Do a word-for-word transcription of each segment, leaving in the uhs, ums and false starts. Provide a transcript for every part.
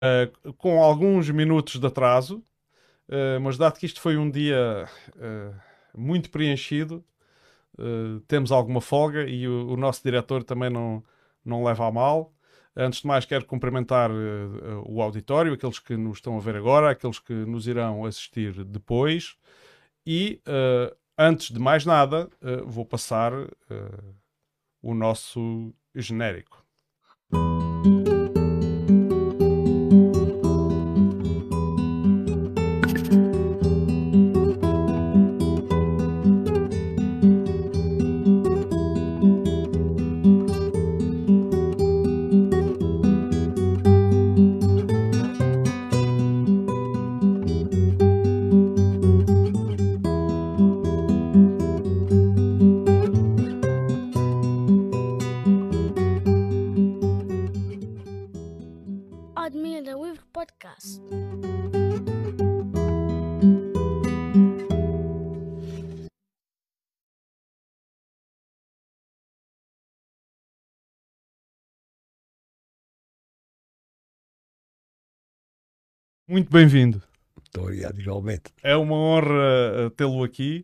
uh, com alguns minutos de atraso, uh, mas dado que isto foi um dia uh, muito preenchido, uh, temos alguma folga e o, o nosso diretor também não, não leva a mal. Antes de mais, quero cumprimentar uh, o auditório, aqueles que nos estão a ver agora, aqueles que nos irão assistir depois. E, uh, antes de mais nada, uh, vou passar uh, o nosso genérico. Admira Livre Podcast. Muito bem-vindo. Muito obrigado, igualmente. É uma honra uh, tê-lo aqui.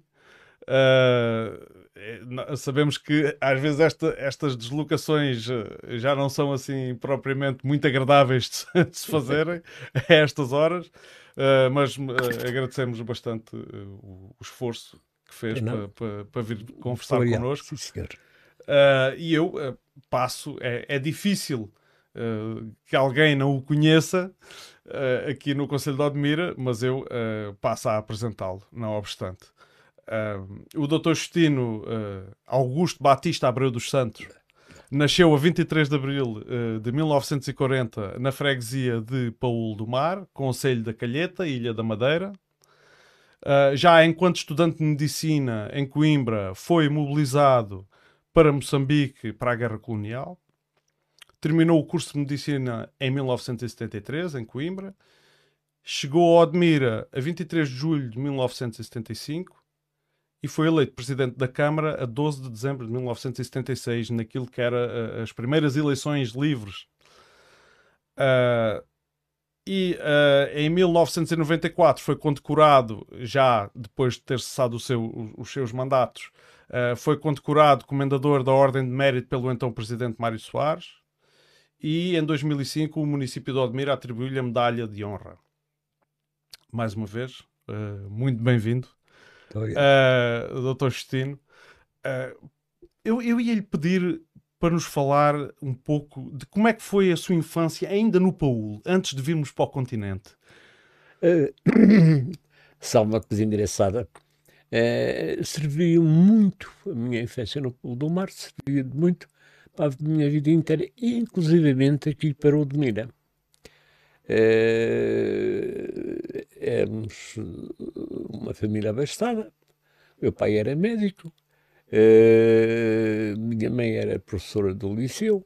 Uh, sabemos que às vezes esta, estas deslocações uh, já não são assim propriamente muito agradáveis de, de se fazerem a estas horas, uh, mas uh, agradecemos bastante uh, o, o esforço que fez para pa, pa vir conversar obrigado. connosco. Sim, senhor. Uh, e eu uh, passo, é, é difícil uh, que alguém não o conheça uh, aqui no Conselho de Odmira, mas eu uh, passo a apresentá-lo, não obstante. Uh, o doutor Justino uh, Augusto Batista Abreu dos Santos nasceu a vinte e três de abril uh, de mil novecentos e quarenta na freguesia de Paúl do Mar, Concelho da Calheta, Ilha da Madeira. Uh, já enquanto estudante de medicina em Coimbra, foi mobilizado para Moçambique para a Guerra Colonial. Terminou o curso de medicina em mil novecentos e setenta e três, em Coimbra. Chegou a Odmira a vinte e três de julho de mil novecentos e setenta e cinco e foi eleito presidente da Câmara a doze de dezembro de mil novecentos e setenta e seis, naquilo que era uh, as primeiras eleições livres. Uh, e uh, em mil novecentos e noventa e quatro foi condecorado, já depois de ter cessado o seu, os seus mandatos, uh, foi condecorado comendador da Ordem de Mérito pelo então presidente Mário Soares. E em dois mil e cinco o município de Odmira atribuiu-lhe a Medalha de Honra. Mais uma vez, uh, muito bem-vindo. Uh, doutor Justino, uh, eu, eu ia-lhe pedir para nos falar um pouco de como é que foi a sua infância ainda no Paúl, antes de virmos para o continente. Uh, salve uma coisa engraçada. Uh, serviu muito a minha infância no Paúl do Mar, serviu muito para a minha vida inteira, inclusivamente aqui para o Odmira. Uh, éramos uma família abastada. Meu pai era médico, uh, minha mãe era professora do liceu,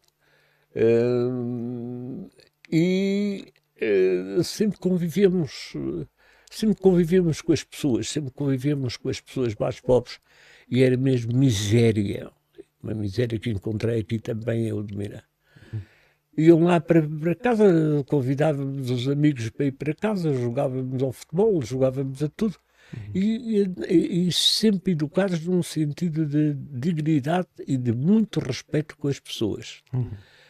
uh, e uh, sempre convivemos, sempre convivemos com as pessoas, sempre convivemos com as pessoas mais pobres, e era mesmo miséria, uma miséria que encontrei aqui também em Odmira. Iam lá para, para casa, convidávamos os amigos para ir para casa, jogávamos ao futebol, jogávamos a tudo. Uhum. E, e, e sempre educados num sentido de dignidade e de muito respeito com as pessoas. Uhum.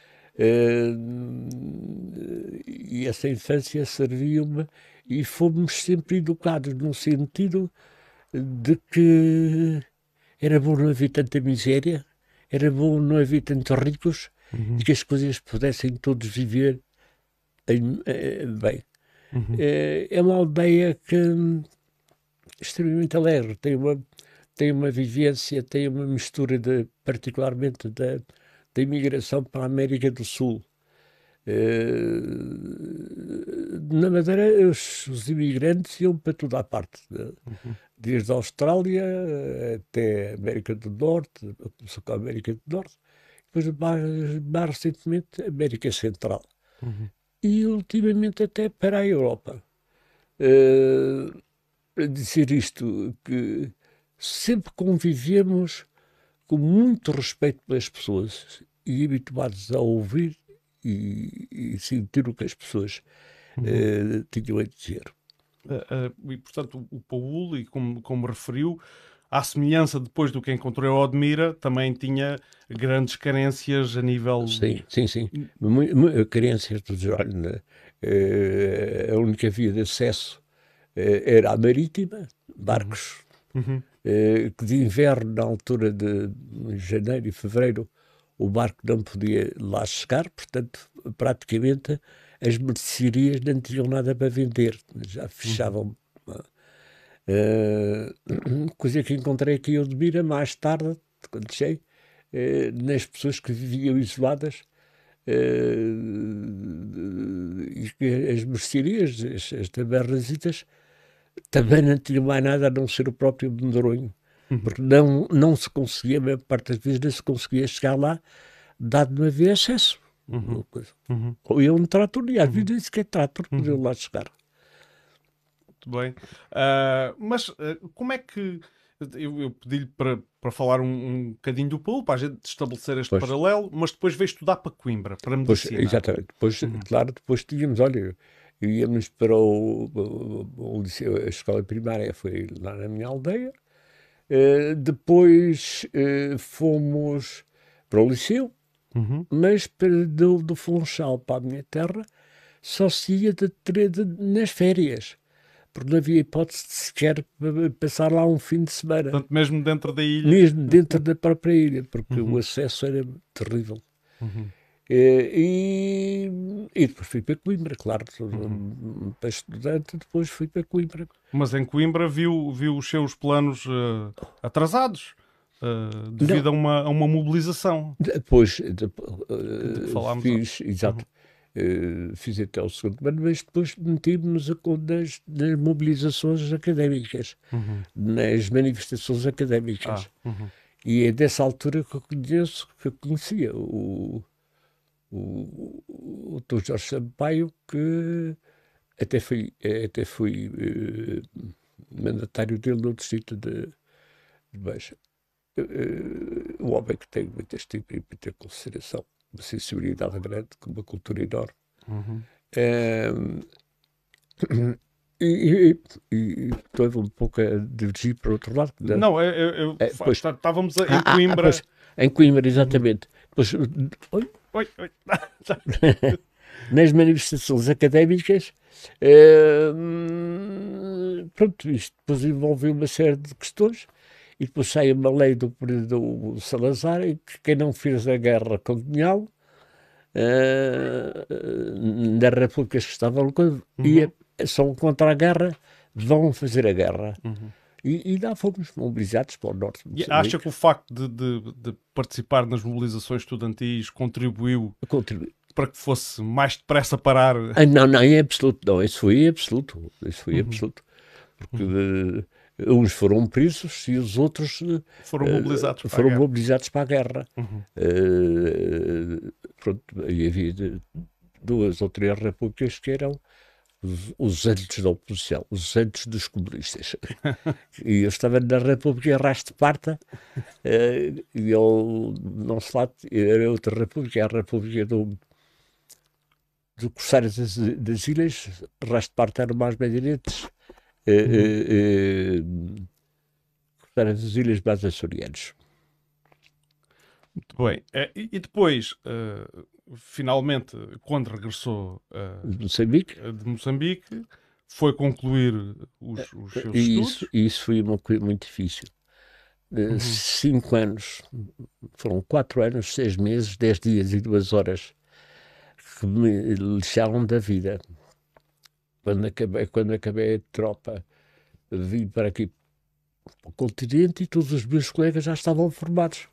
Uh, e essa infância serviu-me, e fomos sempre educados no sentido de que era bom não haver tanta miséria, era bom não haver tantos ricos, uhum. e que as coisas pudessem todos viver em, eh, bem. Uhum. É, é uma aldeia que extremamente alegre, tem uma, tem uma vivência, tem uma mistura, de, particularmente da, da imigração para a América do Sul. Uh, na Madeira, os, os imigrantes iam para toda a parte, né? Uhum. Desde a Austrália até a América do Norte, começou com a América do Norte, depois mais, mais recentemente a América Central, uhum. e ultimamente até para a Europa. Uh, para dizer isto, que sempre convivemos com muito respeito pelas pessoas e habituados a ouvir e, e sentir o que as pessoas Uhum. uh, tinham a dizer. Uh, uh, e, portanto, o Paulo, e como, como referiu, à semelhança depois do que encontrou a Odmira, também tinha grandes carências a nível... Sim, sim, sim. Mu- Carências de olho, né? Uh, a única via de acesso uh, era a marítima, barcos, Uhum. uh, que de inverno, na altura de janeiro e fevereiro, o barco não podia lá chegar, portanto, praticamente as mercearias não tinham nada para vender, já fechavam. Uh, coisa que encontrei aqui em Odmira mais tarde, quando cheguei, uh, nas pessoas que viviam isoladas, uh, e que as mercearias, as, as tabernazitas, também não tinham mais nada a não ser o próprio Medronho, Uhum. porque não, não se conseguia, a maior parte das vezes não se conseguia chegar lá, dado não havia acesso. Uhum. Uhum. Ou ia um trator, e às Uhum. vezes nem sequer trator podiam Uhum. lá chegar. Muito bem. Uh, mas uh, como é que... Eu, eu pedi-lhe para, para falar um, um bocadinho do Paulo, para a gente estabelecer este Pois. paralelo, mas depois veio estudar para Coimbra, para a Pois, medicina. exatamente. Depois, Uhum. claro, depois tínhamos, olha, íamos para o, o, o liceu, a escola primária foi lá na minha aldeia. Uh, depois uh, fomos para o liceu, Uhum. mas para, do, do Funchal para a minha terra só se ia de, de, de, nas férias, porque não havia hipótese de sequer passar lá um fim de semana. Portanto, mesmo dentro da ilha. Mesmo dentro da própria ilha, porque Uhum. o acesso era terrível. Uhum. E, e depois fui para Coimbra, claro, Uhum. para estudante, depois fui para Coimbra. Mas em Coimbra viu, viu os seus planos uh, atrasados uh, devido a uma, a uma mobilização. Depois de, uh, de que falámos. fiz, exato, uhum. uh, fiz até o segundo ano, mas depois meti-me-nos nas, nas mobilizações académicas, uhum. nas manifestações académicas. Ah, uhum. E é dessa altura que eu conheço, que eu conhecia o o, o, o doutor Jorge Sampaio, que até fui, até fui uh, mandatário dele no distrito de, de Beja. Uh, um homem que tem muita estima e muita consideração, uma sensibilidade grande, com uma cultura enorme. Uhum. Uh, e, e, e estou um pouco a divergir para o outro lado. Não, não eu, eu, eu pois, estávamos em ah, Coimbra. Ah, pois, em Coimbra, exatamente. Uhum. Pois, oi? Oi, oi. Nas manifestações académicas, eh, pronto, isto depois envolveu uma série de questões, e depois sai uma lei do, do Salazar em que quem não fez a guerra colonial, eh, das repúblicas que estavam, uhum. ia, são contra a guerra, vão fazer a guerra. Uhum. E, e lá fomos mobilizados para o norte. E acha que o facto de, de, de participar nas mobilizações estudantis contribuiu, contribuiu para que fosse mais depressa parar? Ah, não, não, em absoluto, não, isso foi absoluto, isso foi uhum. absoluto, porque uhum. uh, uns foram presos e os outros uh, foram mobilizados, uh, para, foram a mobilizados para a guerra. Uhum. Uh, pronto, e havia duas ou três repúblicas que eram os, os antes da oposição, os antes dos comunistas. E eu estava na República Ras de Parta, uh, e eu, não se lá, era outra república, a República do do Corsários das, das Ilhas, Ras de Parta eram mais bandeirantes, uhum. uh, uh, Corsários das Ilhas mais açorianos. Muito bem. E, e depois, uh, finalmente, quando regressou uh, de Moçambique, de Moçambique, foi concluir os, os seus e estudos. Isso, isso foi uma coisa muito difícil. Uh, uhum. Cinco anos, foram quatro anos, seis meses, dez dias e duas horas que me lixaram da vida. Quando acabei, quando acabei a tropa, vim para aqui, para o continente, e todos os meus colegas já estavam formados.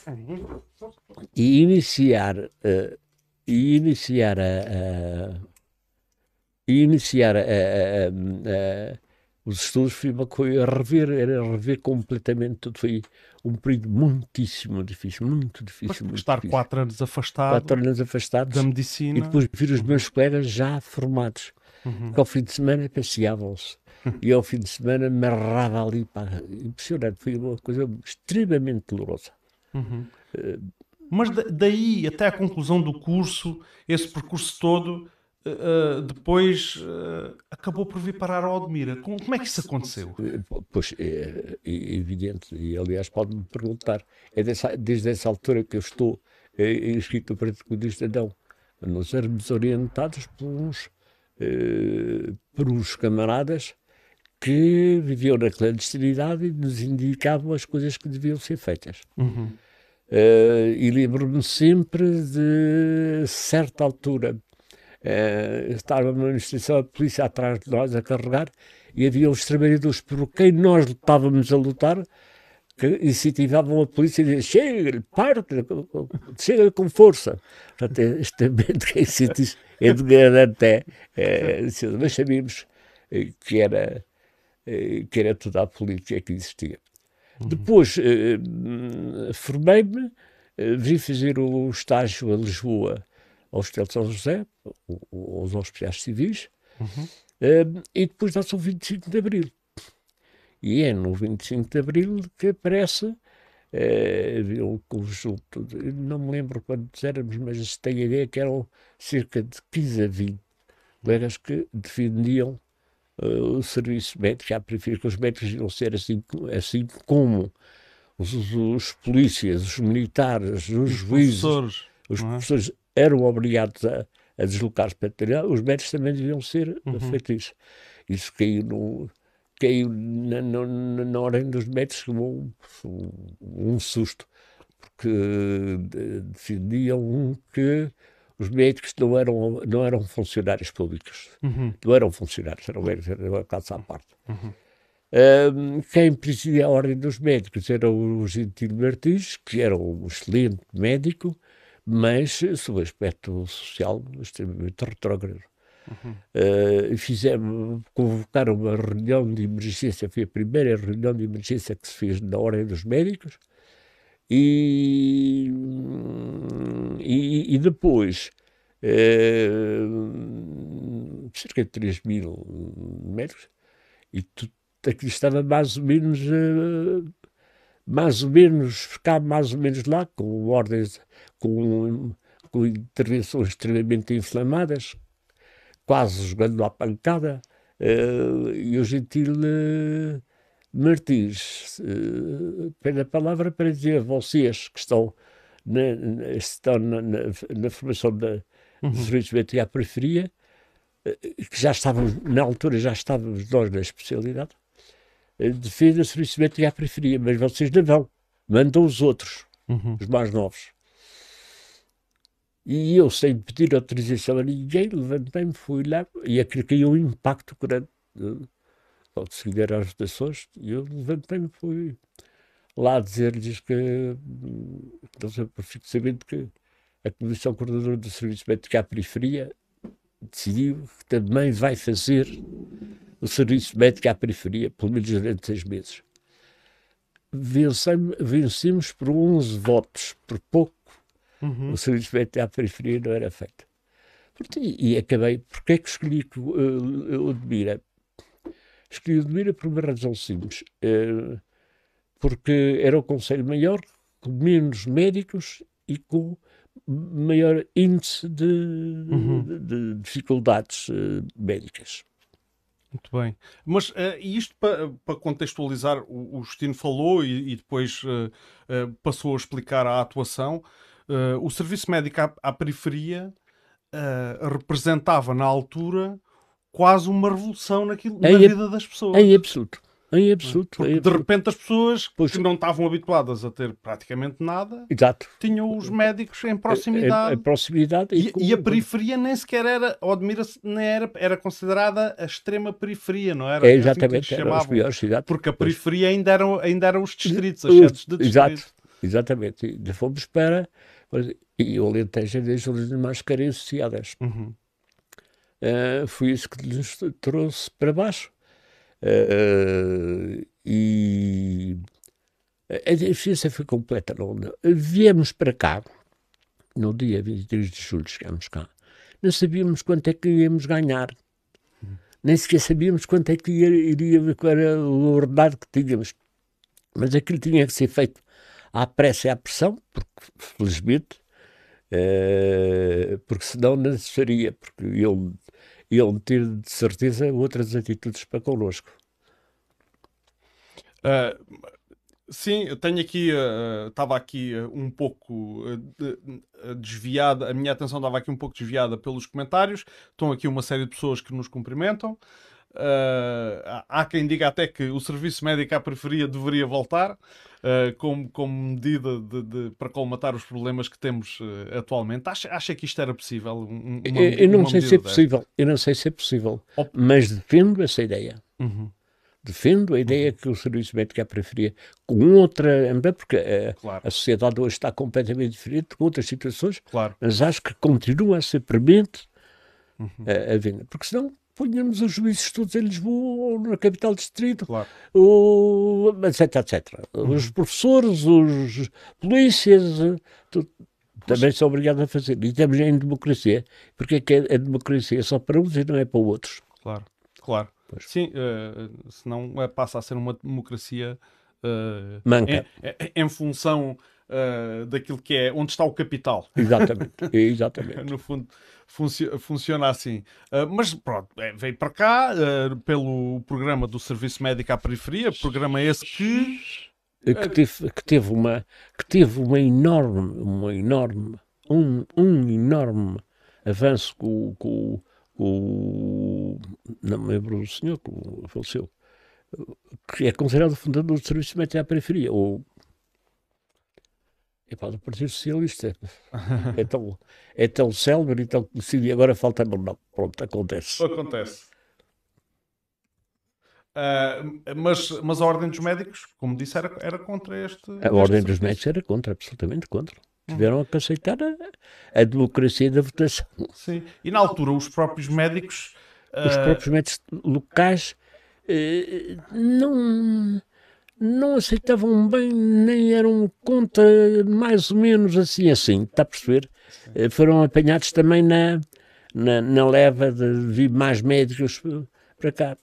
E iniciar, uh, e iniciar a, a e iniciar a, a, a, os estudos foi uma coisa a rever, era rever completamente tudo. Foi um período muitíssimo difícil, muito difícil. Muito estar difícil. quatro anos afastado, quatro anos afastados da medicina. E depois vir os meus uhum. colegas já formados, uhum. que ao fim de semana passeavam-se. E ao fim de semana me agarrava ali, pá, impressionante, foi uma coisa extremamente dolorosa. Uhum. Uh, Mas da- daí até à conclusão do curso, esse percurso todo, uh, uh, depois uh, acabou por vir parar ao Odmira. Como, como é que isso aconteceu? Eh, Pois é, é evidente, e aliás pode-me perguntar, é dessa, desde essa altura que eu estou é, inscrito no Partido Comunista, não. Nós éramos orientados por uns, eh, por uns camaradas que viviam na clandestinidade e nos indicavam as coisas que deviam ser feitas. Uhum. Uh, e lembro-me sempre de certa altura uh, estava uma instituição, a polícia atrás de nós a carregar e havia os trabalhadores por quem nós estávamos a lutar que incentivavam a polícia a dizer chega-lhe, parte, chega-lhe com força. Portanto, este ambiente que existe é degradante até, é, mas sabíamos que era, que era toda a política que existia. Uhum. Depois eh, formei-me, eh, vim fazer o estágio a Lisboa, ao Hospital de São José, aos hospitais civis, uhum. eh, e depois dá-se o vinte e cinco de Abril. E é no vinte e cinco de Abril que aparece, eh, havia um conjunto, de, não me lembro quantos éramos, mas tenho a ideia que eram cerca de quinze a vinte colegas que defendiam Uh, o serviço médico, à periferia, que os médicos iam ser assim, assim como os, os, os polícias, os militares, os, os juízes, professores, os é? professores eram obrigados a, a deslocar-se para treinar, os médicos também deviam ser uhum. feitos isso. Isso caiu, no, caiu na, na, na ordem dos médicos como um, um susto, porque defendiam que os médicos não eram, não eram funcionários públicos. Uhum. Não eram funcionários, eram médicos, era uma classe à parte. Uhum. Um, quem presidia a Ordem dos Médicos era o Gentil Martins, que era um excelente médico, mas, sob aspecto social, extremamente retrógrado. Uhum. Uh, fizemos, convocaram uma reunião de emergência, foi a primeira reunião de emergência que se fez na Ordem dos Médicos, E, e, e depois eh, cerca de três mil médicos e tu, aqui estava mais ou menos eh, mais ou menos ficava mais ou menos lá com ordens com, com intervenções extremamente inflamadas, quase jogando à pancada, eh, e o Gentil eh, Martins, uh, pela palavra para dizer a vocês que estão na, na, estão na, na, na formação da, uhum. do serviço médico à periferia, uh, que já estávamos, na altura já estávamos nós na especialidade, uh, defende o serviço médico à periferia, mas vocês não vão, mandam os outros, uhum. os mais novos. E eu, sem pedir autorização a ninguém, levantei-me, fui lá, e aquilo caiu um impacto grande. Uh, ao seguir as votações, e eu levantei-me, fui lá dizer-lhes que, não sei, perfeitamente que a Comissão Coordenadora do Serviço Médico à Periferia decidiu que também vai fazer o Serviço Médico à Periferia, pelo menos durante seis meses. Vencemos por onze votos, por pouco, uhum. o Serviço Médico à Periferia não era feito. E, e acabei, porque é que escolhi o Odmira? Escolhi Odmira por uma razão simples, eh, porque era o Conselho Maior, com menos médicos e com maior índice de, uhum. de, de dificuldades uh, médicas. Muito bem. Mas uh, isto para pa contextualizar, o, o Justino falou e, e depois uh, uh, passou a explicar a atuação. Uh, o serviço médico à, à periferia uh, representava na altura quase uma revolução naquilo, na vida das pessoas. Em absoluto. Em absoluto. Porque em de repente as pessoas pois, que não estavam habituadas a ter praticamente nada, exato. tinham os médicos em proximidade. Em, em proximidade e, com... e a periferia nem sequer era, Odmira nem era, era considerada a extrema periferia, não era? É, exatamente, assim eram os piores, exato. Porque a periferia ainda eram, ainda eram os distritos, as sedes de distrito. Exato, exatamente. E fomos para... E o Alentejo é das zonas mais carenciadas. Uhum. Uh, foi isso que nos trouxe para baixo. Uh, e a deficiência foi completa. Não, não. Viemos para cá, no dia vinte e três de julho, chegámos cá. Não sabíamos quanto é que íamos ganhar. Uhum. Nem sequer sabíamos quanto é que iria, qual era o ordenado que tínhamos. Mas aquilo tinha que ser feito à pressa e à pressão, porque, felizmente, uh, porque senão não se faria, porque iam, iam ter de certeza outras atitudes para connosco. Uh, sim, eu tenho aqui, estava uh, aqui uh, um pouco uh, de, uh, desviada, a minha atenção estava aqui um pouco desviada pelos comentários. Estão aqui uma série de pessoas que nos cumprimentam. Uh, há quem diga até que o serviço médico à periferia deveria voltar uh, como, como medida de, de, para colmatar os problemas que temos uh, atualmente. Acha, acha que isto era possível? Uma, eu, eu não uma sei se é desta? possível, eu não sei se é possível, Op. mas defendo essa ideia. Uhum. Defendo a ideia uhum. que o serviço médico à periferia, com outra, porque a, claro. a sociedade hoje está completamente diferente, com outras situações, claro. mas acho que continua a ser premente uhum. a, a venda, porque senão punhamos os juízes todos em Lisboa ou na capital do distrito, claro. ou, etc, etcétera. Uhum. Os professores, os polícias, tudo, também são obrigados a fazer. E estamos em democracia, porque é que a democracia é só para uns e não é para outros. Claro, claro. Pois. Sim, uh, senão uh, passa a ser uma democracia uh, manca em, em função uh, daquilo que é onde está o capital. Exatamente, exatamente. No fundo, funci funciona assim. Uh, mas pronto, é, veio para cá uh, pelo programa do Serviço Médico à Periferia, programa esse que... Que teve, que teve uma, que teve uma enorme, uma enorme, um, um enorme avanço com, com, com, não me lembro do senhor que faleceu, que é considerado o fundador do Serviço Médico à Periferia, ou é para o Partido Socialista. É tão, é tão célebre e tão conhecido, e agora falta-me o nome. Pronto, acontece. Acontece. Uh, mas, mas a Ordem dos Médicos, como disse, era, era contra este. A Ordem dos Médicos era contra, absolutamente contra. Tiveram que aceitar a, a democracia da votação. Sim. E na altura, os próprios médicos. Uh... Os próprios médicos locais uh, não, não aceitavam bem, nem eram contra, mais ou menos assim, assim. Está a perceber? Uh, foram apanhados também na, na, na leva de vir mais médicos para cá.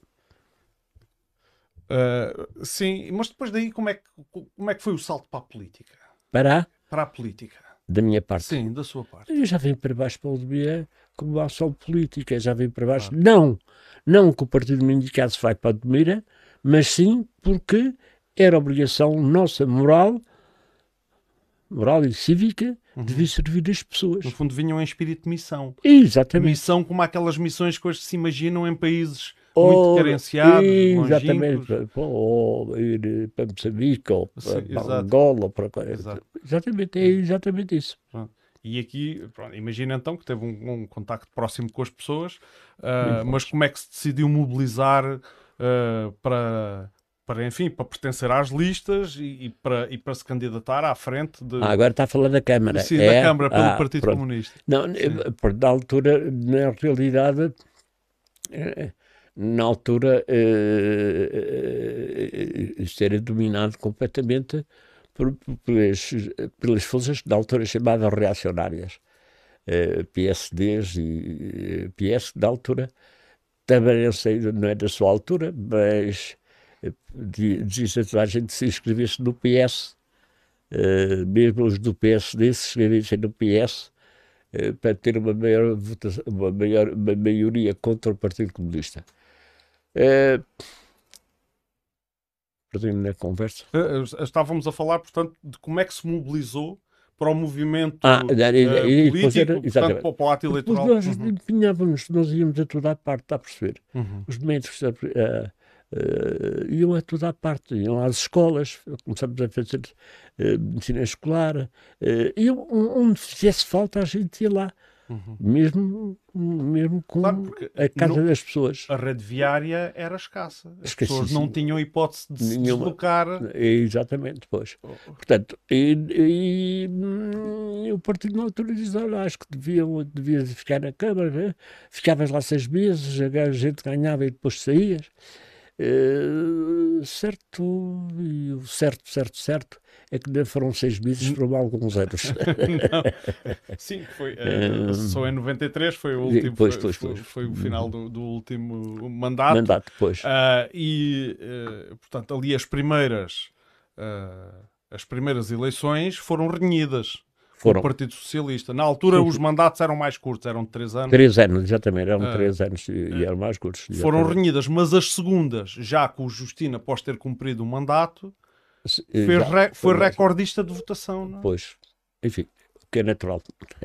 Uh, sim, mas depois daí como é, que, como é que foi o salto para a política? Para a? Para a política. Da minha parte? Sim, da sua parte. Eu já vim para baixo para o Odmira como ação política, já vim para baixo. Claro. Não, não que o partido me indicasse vai para o Odmira, mas sim porque era obrigação nossa moral, moral e cívica, uhum. de vir servir as pessoas. No fundo vinham em espírito de missão. Exatamente. Missão como aquelas missões que hoje se imaginam em países muito oh, carenciados, exatamente, ou ir para Moçambique, ou para, sim, para Angola, ou para... Exato. Exatamente, é exatamente isso. Pronto. E aqui, pronto, imagina então que teve um, um contacto próximo com as pessoas, uh, mas como é que se decidiu mobilizar uh, para, para, enfim, para pertencer às listas e, e, para, e para se candidatar à frente de... Ah, agora está a falar da Câmara. Sim, é? da Câmara, pelo ah, Partido pronto. Comunista. Não, na altura, na realidade... Na altura, eh, eh, isto era dominado completamente por, por, pelas, pelas forças na altura chamadas reacionárias, eh, P S Ds e P S, na altura, também eu sei, não é da sua altura, mas dizia toda a gente se inscrevesse no P S, eh, mesmo os do P S D se inscrevessem no P S, eh, para ter uma maior votação, uma, maior, uma maioria contra o Partido Comunista. Uh, Perdi-me na conversa. Uh, estávamos a falar, portanto, de como é que se mobilizou para o movimento ah, uh, e, político, era, portanto, para, para o ato eleitoral. Nós uhum. empenhávamos, nós íamos a toda a parte, está a perceber? Uhum. Os médicos uh, uh, iam a toda a parte, iam às escolas, começamos a fazer uh, medicina escolar, uh, e onde fizesse falta a gente ia lá. Uhum. Mesmo, mesmo com claro, a casa no, das pessoas. A rede viária era escassa. As Esqueci, pessoas não tinham hipótese de se nenhuma, deslocar. Exatamente, pois. Oh. Portanto, e, e, e o partido na altura diz, olha, acho que deviam, deviam ficar na Câmara, né? Ficavas lá seis meses, a gente ganhava e depois saías. Uh, certo, e o certo, certo, certo é que não foram seis meses, foram alguns anos. Não. Sim, foi, uh, só em noventa e três foi o último, pois, foi, pois, foi, pois. foi o final do, do último mandato. Mandato, pois. Uh, e, uh, portanto, ali as primeiras, uh, as primeiras eleições foram renhidas Foram. com o Partido Socialista. Na altura Sim, os sim. mandatos eram mais curtos, eram de três anos. Três anos, exatamente, eram Ah, três anos e, e eram mais curtos. Foram exatamente. renhidas, mas as segundas, já com o Justino, após ter cumprido o mandato, Se- foi, já, re- foi mais- recordista de votação. Não é? Pois, enfim, o que é natural.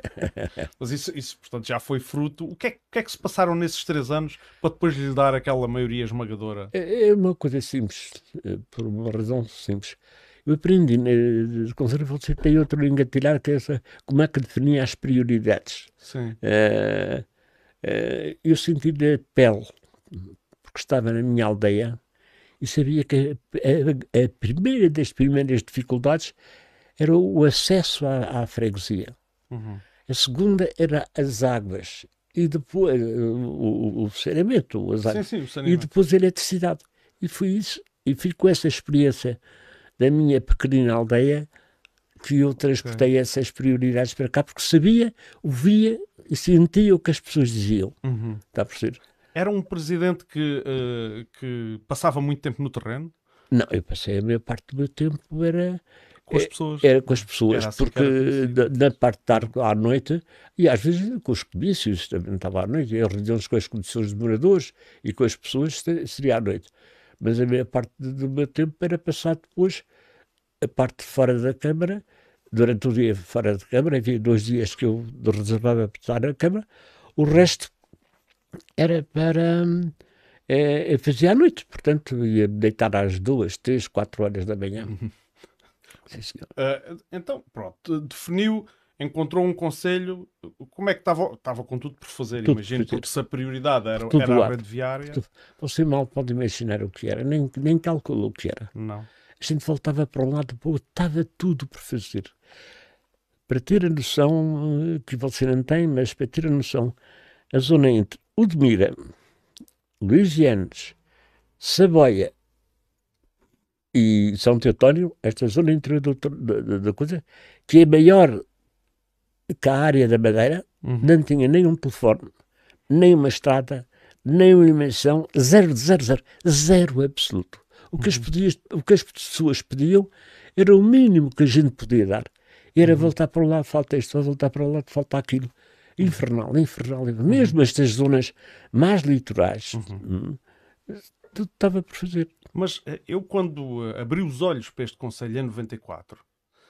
Mas isso, isso, portanto, já foi fruto. O que, é, o que é que se passaram nesses três anos para depois lhe dar aquela maioria esmagadora? É é uma coisa simples, eh, por uma razão simples. Eu aprendi, né, de conserva, você tem outro engatilhar, que é essa, como é que definia as prioridades. Sim. Eh, eh, eu senti de pele, porque estava na minha aldeia e sabia que a, a- a primeira das primeiras dificuldades era o acesso à, à freguesia. Uhum. A segunda era as águas e depois eh, o, o, o saneamento, as Sim, águas, sim, o e saneamento. depois a eletricidade. E foi isso. E fui com essa experiência da minha pequenina aldeia que eu transportei essas prioridades para cá, porque sabia, ouvia e sentia o que as pessoas diziam. Uhum. Está a perceber? Era um presidente que, eh, que passava muito tempo no terreno Não, eu passei a maior parte do meu tempo era, com as É- pessoas. era com as pessoas, Era assim que porque era conhecido. na, na parte de tarde à noite, e às vezes com os comícios, também estava à noite, e as reuniões com as comissões de moradores e com as pessoas se- seria à noite. Mas a maior parte do do meu tempo era passado depois, a parte de fora da Câmara, durante o dia fora da Câmara, havia dois dias que eu reservava para estar na Câmara, o resto era para. hum, eh, eu fazia à noite, portanto, ia me deitar às duas, três, quatro horas da manhã. Sim, senhor. Eh, então, pronto, definiu, encontrou um conselho. Como é que estava? Estava com tudo por fazer, Tudo imagino, por fazer. porque se a prioridade era, Tudo era a lá. rede viária. Tudo. Você mal pode imaginar o que era, nem, nem calculou o que era. Não. A gente voltava para um lado, para o outro, estava tudo por fazer. Para ter a noção, eh, que você não tem, mas para ter a noção, a zona entre Udmira, Luís Vianes, Saboia e São Teotónio, esta zona interior do- da, da- da coisa, que é maior que a área da Madeira, Uhum. não tinha nem um telefone, nem uma estrada, nem uma iluminação, zero, zero, zero, zero absoluto. O que, as, pedias- o que as pessoas pediam era o mínimo que a gente podia dar. Era voltar para um lado, falta isto, voltar para o lado, falta aquilo. Infernal, infernal. Mesmo estas zonas mais litorais, hum, tudo estava por fazer. Mas eh, eu, quando eh, abri os olhos para este conselho em noventa e quatro,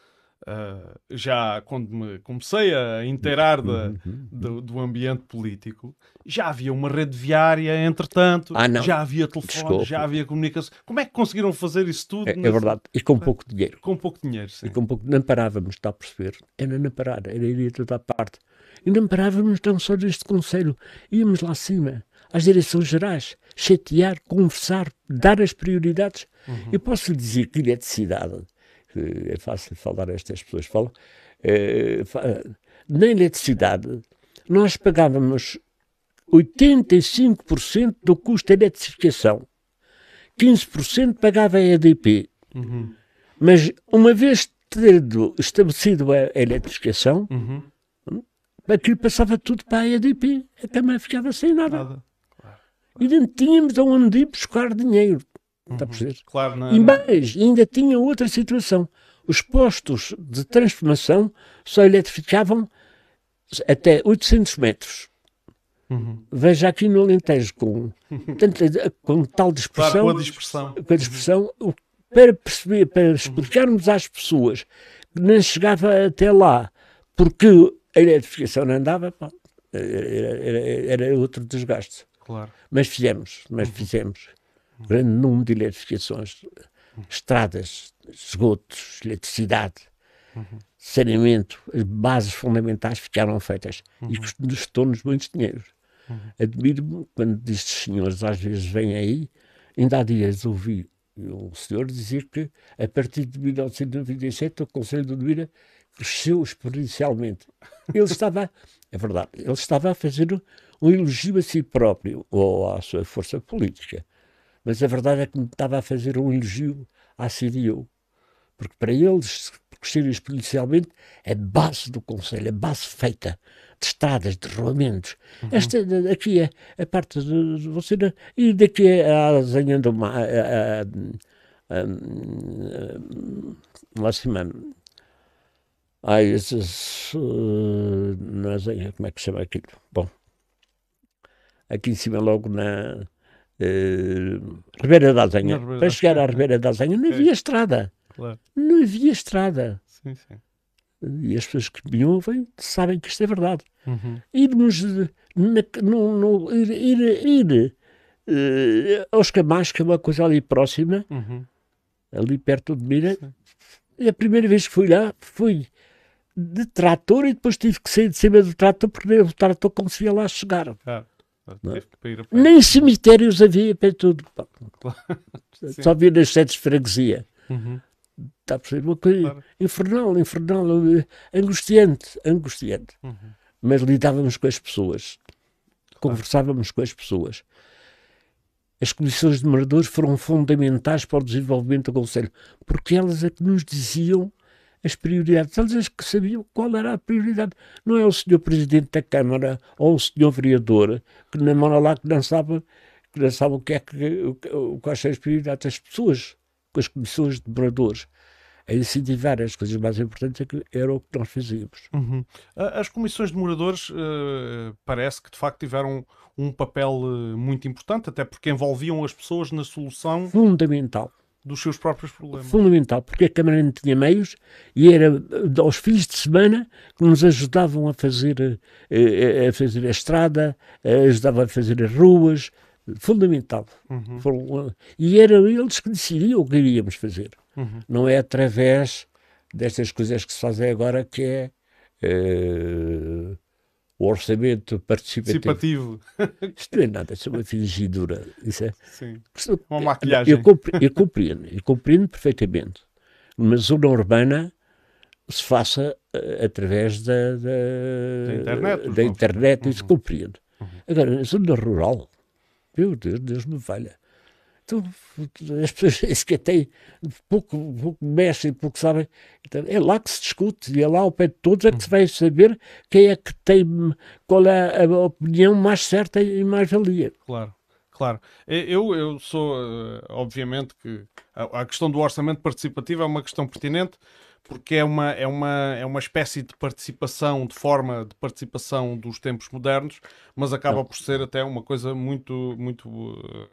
eh, já quando me comecei a inteirar da- Uhum. do, do ambiente político, já havia uma rede viária, entretanto, Ah, não. já havia telefone, Desculpe. já havia comunicação. Como é que conseguiram fazer isso tudo? É, é nesse- verdade. E com pouco dinheiro. Com pouco dinheiro, sim. E com pouco, não parávamos, está a perceber? Era não parar, era ir a toda a parte. E não parávamos não só neste conselho, íamos lá acima, às direções gerais, chatear, conversar, dar as prioridades. Eu posso lhe dizer que eletricidade, que é fácil falar, estas pessoas falam, eh, fa- na eletricidade nós pagávamos oitenta e cinco por cento do custo da eletrificação, quinze por cento pagava a E D P. Uhum. Mas uma vez tendo estabelecido a a eletrificação, Uhum. aquilo passava tudo para a E D P. A Câmara ficava sem nada. Nada. E não tínhamos aonde ir buscar dinheiro. Está a perceber? Claro, na, E na- mais, ainda tinha outra situação. Os postos de transformação só eletrificavam até oitocentos metros. Uhum. Veja aqui no Alentejo, com, tanta- com tal Claro, dispersão, com a dispersão. com a dispersão, o- para perceber, para explicarmos às pessoas que não chegava até lá porque a eletrificação não andava, pá, era, era- era outro desgaste. Claro. Mas fizemos, mas fizemos grande número de eletrificações, estradas, esgotos, eletricidade, saneamento, as bases fundamentais ficaram feitas e custou-nos muitos dinheiros. Admiro-me quando estes senhores às vezes vêm aí, ainda há dias ouvi um senhor dizer que a partir de mil novecentos e noventa e sete o Conselho de Odmira cresceu exponencialmente. Ele estava, é verdade, ele estava a fazer um elogio a si próprio ou à sua força política, mas a verdade é que me estava a fazer um elogio à C D U, porque para eles crescer exponencialmente é base do Conselho, é base feita de estradas, de rolamentos. Uhum. Esta aqui é a parte de, de você e daqui a desenhando uma a, a, a, lá acima, há esses, uh, não sei como é que se chama aquilo, bom, aqui em cima logo na uh, Ribeira da Altenha, para chegar à Ribeira da Altenha não havia estrada, Claro. não havia estrada. Sim, sim. E as pessoas que me ouvem sabem que isto é verdade. Uhum. Irmos, na, no, no, ir, ir, ir uh, aos Camais, que é uma coisa ali próxima, Uhum. ali perto de Mira, Sim. e a primeira vez que fui lá, fui de trator e depois tive que sair de cima do trator porque o trator conseguia lá chegar. Claro. Não é? Teve que ir a pé. Nem cemitérios havia para tudo. Claro. Sim. Só havia nas sedes de freguesia. Uhum. Está a perceber? Uma coisa Claro. infernal, infernal, angustiante, angustiante. Uhum. Mas lidávamos com as pessoas, conversávamos com as pessoas. As comissões de moradores foram fundamentais para o desenvolvimento do Conselho, porque elas é que nos diziam as prioridades. Elas é que sabiam qual era a prioridade. Não é o senhor Presidente da Câmara ou o senhor Vereador que na mão lá que não sabe, que não sabe o que é que, o, quais são as prioridades. As pessoas, com as comissões de moradores, a incentivar as coisas mais importantes, é que era o que nós fazíamos. Uhum. As comissões de moradores uh, parece que de facto tiveram um papel uh, muito importante, até porque envolviam as pessoas na solução Fundamental. dos seus próprios problemas. Fundamental, porque a Câmara não tinha meios e era aos fins de semana que nos ajudavam a fazer a, a fazer a estrada, ajudavam a fazer as ruas. Fundamental. Uhum. E eram eles que decidiam o que iríamos fazer. Uhum. Não é através destas coisas que se fazem agora, que é uh, o orçamento participativo. Participativo. Isto não é nada, isso é uma fingidura. Isso é, Sim. Isto, Uma maquilhagem. Eu, compre, eu compreendo, eu compreendo perfeitamente. Numa zona urbana se faça uh, através da, da, da internet, da internet uhum. Isso compreendo. Uhum. Agora, na zona rural, meu Deus, Deus me valha. Então, as pessoas que têm pouco, pouco mexem, pouco sabem. Então, é lá que se discute, e é lá ao pé de todos é que se vai saber quem é que tem, qual é a opinião mais certa e mais valia. Claro, claro. Eu, eu sou, obviamente, que a, a questão do orçamento participativo é uma questão pertinente, porque é uma, é, uma, é uma espécie de participação, de forma de participação dos tempos modernos, mas acaba por ser até uma coisa muito, muito uh,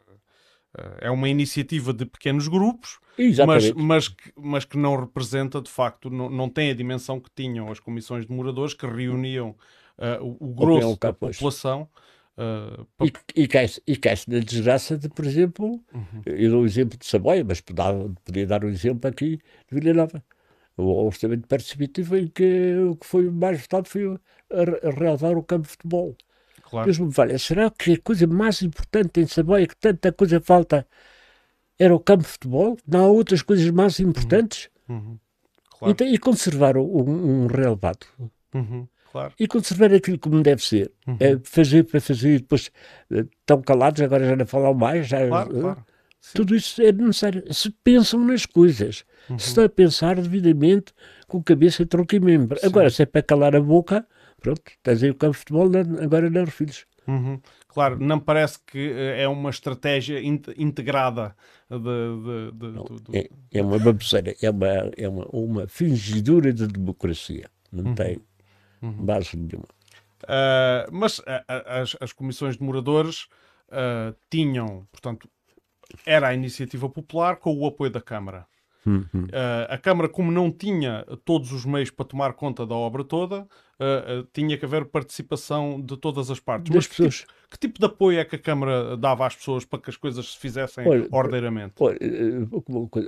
é uma iniciativa de pequenos grupos, mas, mas, que, mas que não representa, de facto, não, não tem a dimensão que tinham as comissões de moradores, que reuniam uh, o, o grosso okay, da população. Uh, para... E, e cai-se cai na desgraça de, por exemplo, uhum. eu dou o exemplo de Saboia, mas podia, podia dar o um exemplo aqui de Vila Nova. O orçamento participativo em que o que foi mais votado foi a, a realizar o campo de futebol. Claro. Deus me valha, será que a coisa mais importante em Saboia, que tanta coisa falta, era o campo de futebol? Não há outras coisas mais importantes? Uhum. Uhum. Claro. Então, e conservar um, um relevado? Uhum. Claro. E conservar aquilo como deve ser. Uhum. É fazer para fazer e depois estão calados, agora já não falam mais. Já, claro, claro. Tudo isso é necessário. Se pensam nas coisas, uhum. se está a pensar devidamente com cabeça, tronco e membro. Sim. Agora, se é para calar a boca, pronto, tens aí o campo de futebol, agora não filhos. Uhum. Claro, não parece que é uma estratégia integrada de... de, de, não, de, de... É, é uma baboseira, é uma, é uma, uma fingidura de democracia. Não uhum. tem uhum. base nenhuma. Uh, mas a, a, as, as comissões de moradores uh, tinham, portanto, era a iniciativa popular com o apoio da Câmara. Uhum. Uh, a Câmara, como não tinha todos os meios para tomar conta da obra toda, uh, uh, tinha que haver participação de todas as partes. Das Mas que pessoas. tipo, que tipo de apoio é que a Câmara dava às pessoas para que as coisas se fizessem olha, ordeiramente? Olha, uma coisa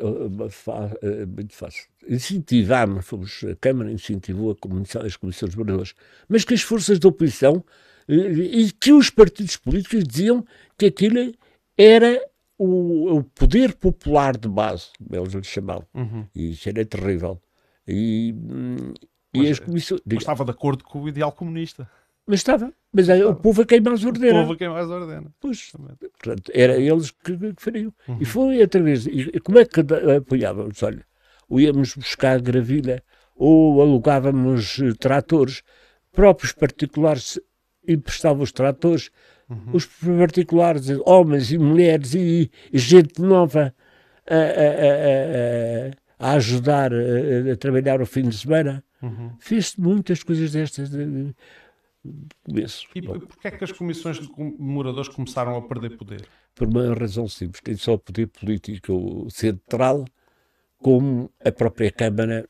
muito fácil. Incentivámos, fomos, a Câmara incentivou a comissão, as comissões de moradores, mas que as forças da oposição e que os partidos políticos diziam que aquilo era O, o poder popular de base, eles lhe chamavam, uhum. e isso era terrível. E, e mas, as comissões... mas estava de acordo com o ideal comunista. Mas estava, mas estava. O povo a quem mais ordena. O povo a quem mais ordena. Pois, portanto, era eles que, que fariam. Uhum. E foi através... E como é que apoiávamos? Olha, ou íamos buscar gravilha, ou alugávamos tratores, próprios particulares emprestavam os tratores, uhum. os particulares, homens e mulheres e, e gente nova a, a, a, a ajudar a, a trabalhar o fim de semana. Uhum. Fez muitas coisas destas. De, começo. E porquê é que as comissões de moradores começaram a perder poder? Por uma razão simples. Tem só o poder político central, como a própria Câmara.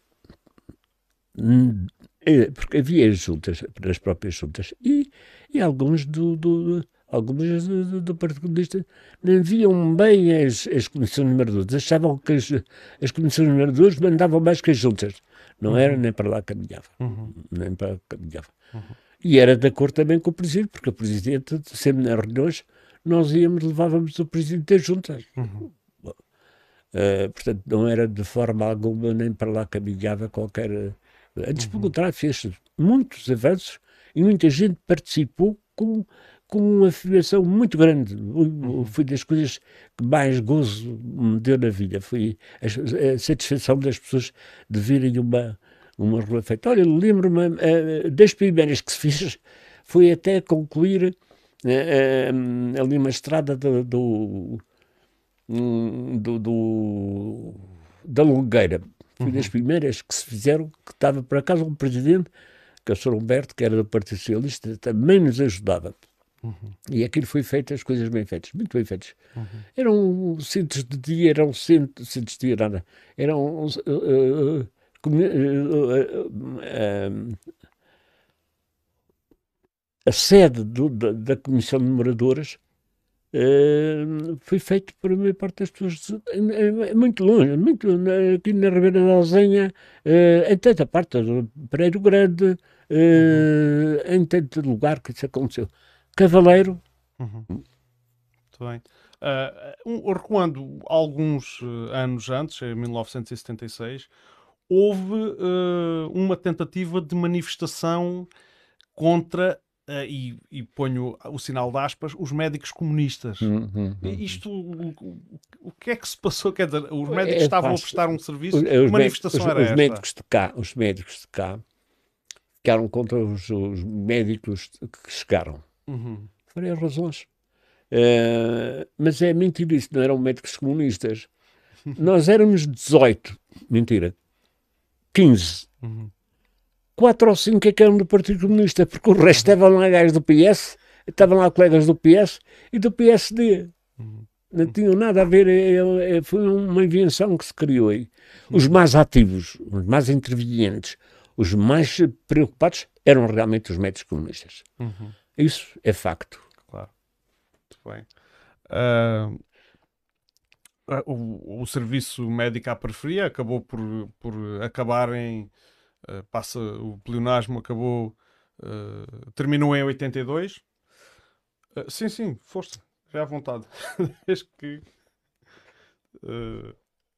Porque havia juntas, as próprias juntas, e, e alguns do, do, algumas do, do Partido Comunista não viam bem as, as comissões de moradores, achavam que as, as comissões de moradores mandavam mais que as juntas. Não uhum. era, nem para lá caminhava. Uhum. Nem para lá caminhava. Uhum. E era de acordo também com o Presidente, porque o Presidente, sempre nas reuniões, nós íamos, levávamos o Presidente das juntas. Uhum. Uh, portanto, não era de forma alguma, nem para lá caminhava qualquer... Antes, uhum. pelo contrário, fez muitos avanços e muita gente participou com, com uma afirmação muito grande. Uhum. Foi das coisas que mais gozo me deu na vida. Foi a, a satisfação das pessoas de verem uma, uma rua feita. Olha, lembro-me, uh, das primeiras que se fez foi até concluir uh, uh, ali uma estrada do, do, do, do da Longueira. Foi das primeiras que se fizeram, que estava por acaso um presidente, que é o senhor Humberto, que era do Partido Socialista, também nos ajudava. Uhum. E aquilo foi feito, as coisas bem feitas, muito bem feitas. Uhum. Eram centros de dia, eram centros, centros de dia, nada. Eram... Uh, uh, uh, uh, uh, a sede do, da, da Comissão de Moradoras Uh, foi feito por a maior parte das pessoas uh, muito longe, muito, uh, aqui na Ribeira da Alzenha, uh, em tanta parte do Pereiro Grande, uh, uhum. em tanto lugar que isso aconteceu. Cavaleiro. Uhum. Muito bem. Uh, um, recuando alguns anos antes, em mil novecentos e setenta e seis, houve uh, uma tentativa de manifestação contra Uh, e, e ponho o sinal de aspas, os médicos comunistas. Hum, hum, hum. Isto, o, o que é que se passou? Quer dizer, os médicos é, estavam fácil. a prestar um serviço, que os manifestação os, era os esta? Médicos de cá, os médicos de cá ficaram contra os, os médicos que chegaram. Uhum. Foram as razões. Uh, mas é mentira isso, não eram médicos comunistas. Nós éramos dezoito, mentira, quinze. Uhum. Quatro ou cinco é que eram do Partido Comunista, porque o resto estavam lá gajos do P S, estavam lá colegas do P S e do P S D. Uhum. Não tinham nada a ver, é, é, foi uma invenção que se criou aí. Os mais ativos, os mais intervenientes, os mais preocupados eram realmente os médicos comunistas. Uhum. Isso é facto. Claro. Muito bem. Uh, o, o serviço médico à periferia acabou por, por acabar em... Uh, passa, o pleonasmo acabou, uh, terminou em oitenta e dois. Uh, sim, sim, força, já à vontade. Desde que uh...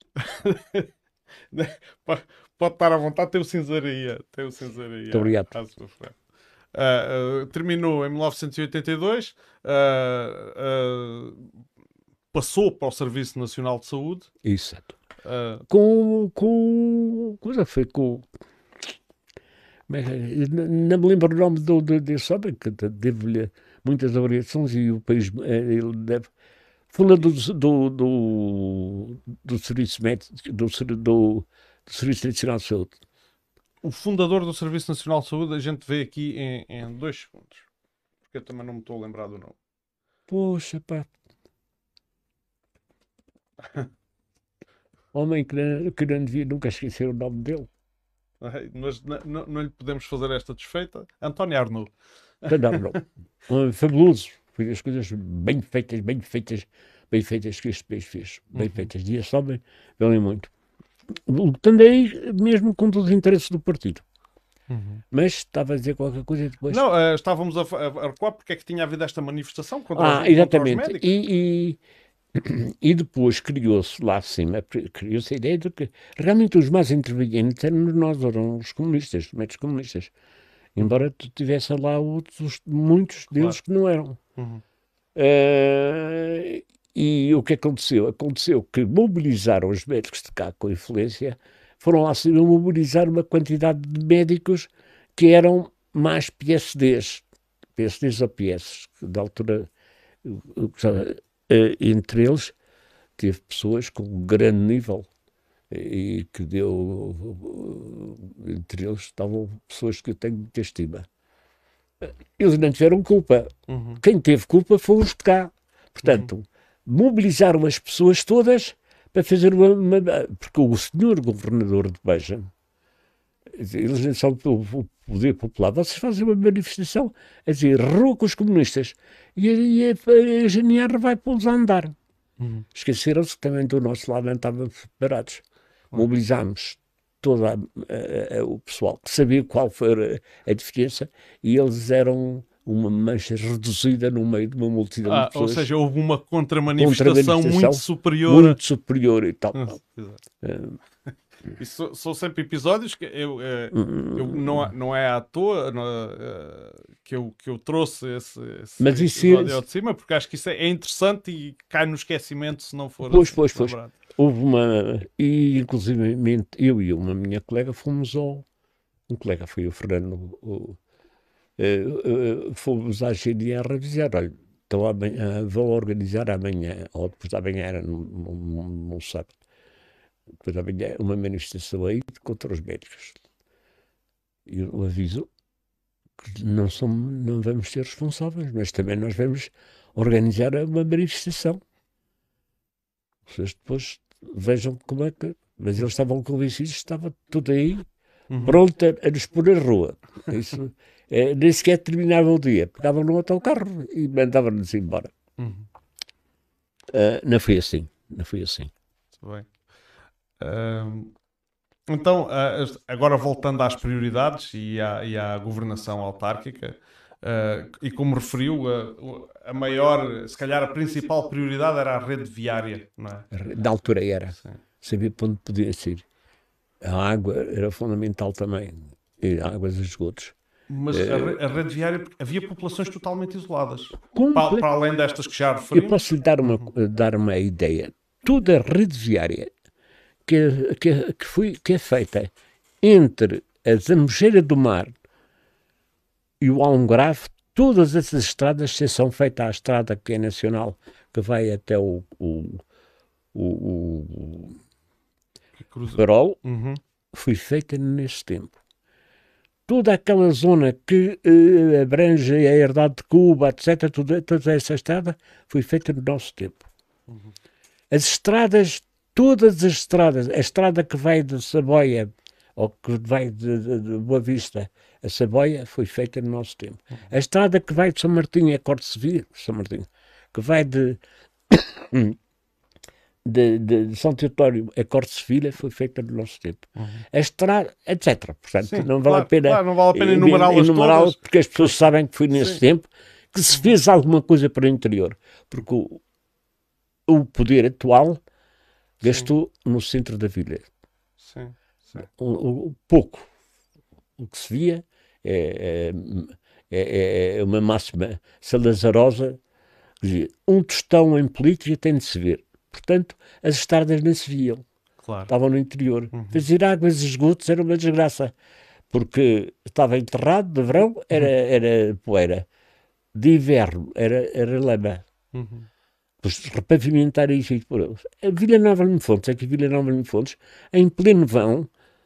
pode, pode estar à vontade, tem o cinzaria. Tem o cinzaria. Muito obrigado. Uh, uh, terminou em mil novecentos e oitenta e dois, uh, uh, passou para o Serviço Nacional de Saúde. Exato. Uh, com, com, coisa foi com... Não me lembro o nome do, do, desse homem, que devo-lhe muitas avaliações e o país ele deve. Fundador do, do, do, do Serviço Médico, do, do, do Serviço Nacional de Saúde. O fundador do Serviço Nacional de Saúde a gente vê aqui em, em dois segundos, porque eu também não me estou a lembrar do nome. Poxa, pá. Homem que não, que não devia nunca esquecer o nome dele. Mas não, não lhe podemos fazer esta desfeita. António Arnaud. Não, não. Um, fabuloso. Foi as coisas bem feitas, bem feitas, bem feitas que este país fez. Bem uhum. feitas. E esse homem valeu muito. Lutando aí mesmo com todos os interesses do partido. Uhum. Mas estava a dizer qualquer coisa depois. Não, uh, estávamos a, a recuar porque é que tinha havido esta manifestação contra, ah, os, exatamente. contra os médicos. E, e... E depois criou-se lá acima, criou-se a ideia de que realmente os mais intervenientes éramos nós, eram os comunistas, os médicos comunistas. Embora tivesse lá outros, muitos deles claro. que não eram. Uhum. Uh, e o que aconteceu? Aconteceu que mobilizaram os médicos de cá com influência, foram lá acima mobilizar uma quantidade de médicos que eram mais P S Ds, P S Ds ou P S, da altura... Uh, entre eles, teve pessoas com um grande nível e que deu, entre eles estavam pessoas que eu tenho muita estima. Eles não tiveram culpa. Uhum. Quem teve culpa foi os de cá. Portanto, uhum. mobilizaram as pessoas todas para fazer uma, uma... Porque o senhor governador de Beja, eles não são pelo poder popular, vocês fazem uma manifestação a dizer rua com os comunistas e a, e a, a G N R vai pô-los a andar. Uhum. Esqueceram-se que também do nosso lado não estávamos preparados. Uhum. Mobilizámos todo a, a, a, o pessoal que sabia qual foi a, a diferença e eles eram uma mancha reduzida no meio de uma multidão ah, de pessoas. Ou seja, houve uma contramanifestação, contra muito superior. Muito superior e tal. Uhum. E so, são sempre episódios que eu, eu não, não é à toa não, que, eu, que eu trouxe esse, esse Mas episódio isso, ao de cima, porque acho que isso é interessante e cai no esquecimento se não for pois, assim, pois, pois. lembrado. Houve uma... E, inclusive, eu e uma minha colega fomos ao... Um colega foi o Fernando... O, uh, uh, fomos à G N R avisar, olha, então amanhã, vou organizar amanhã, ou depois da manhã, era num, num, num sábado, depois da manhã, uma manifestação aí contra os médicos. E eu aviso que não, somos, não vamos ser responsáveis, mas também nós vamos organizar uma manifestação. Vocês depois vejam como é que... Mas eles estavam convencidos, estava tudo aí, uhum. pronto a, a nos pôr na rua. Isso, é, nem sequer terminava o dia. Pegavam no autocarro e mandavam-nos embora. Uhum. Uh, não foi assim. Não foi assim. Muito bem. Uh, então, uh, agora voltando às prioridades e à, e à governação autárquica, uh, e como referiu, uh, a maior, se calhar a principal prioridade era a rede viária, não é? Na altura era. Sim. Sabia para onde podia ser. A água era fundamental também. E águas e esgotos. Mas é... a, a rede viária, havia populações totalmente isoladas. Comple... Para, para além destas que já referimos. Eu posso lhe dar uma, uhum. dar uma ideia. Toda a rede viária que, que, que, foi, que é feita entre a Zambujeira do Mar e o Almograve, todas essas estradas, exceção feita à estrada que é nacional, que vai até o, o, o, o Farol, uhum. foi feita nesse tempo. Toda aquela zona que eh, abrange a herdade de Cuba, etcétera, toda, toda essa estrada foi feita no nosso tempo. Uhum. As estradas, todas as estradas, a estrada que vai de Saboia, ou que vai de, de, de Boa Vista a Saboia, foi feita no nosso tempo. Uhum. A estrada que vai de São Martinho a Corte Civil, São Martinho, que vai de... De, de, de São Teotório a Corte Civil foi feita no nosso tempo. Uhum. A estrada, etcétera. Portanto, Sim, não, vale claro, a pena, claro, não vale a pena enumerá-las enumerá todas. Porque as pessoas sabem que foi nesse Sim. tempo que se fez alguma coisa para o interior. Porque o, o poder atual gastou Sim. no centro da vila. Sim. Sim. O, o pouco. O que se via é, é, é uma máxima salazarosa. Um tostão em política tem de se ver. Portanto, as estradas não se viam. Claro. Estavam no interior. Uhum. Fazer águas e esgotos era uma desgraça. Porque estava enterrado de verão, era, era poeira. De inverno, era, era lama. Uhum. Pois repavimentar isso e por eles. A Vila Nova de Fontes, é que a Vila Nova de Fontes, em pleno vão,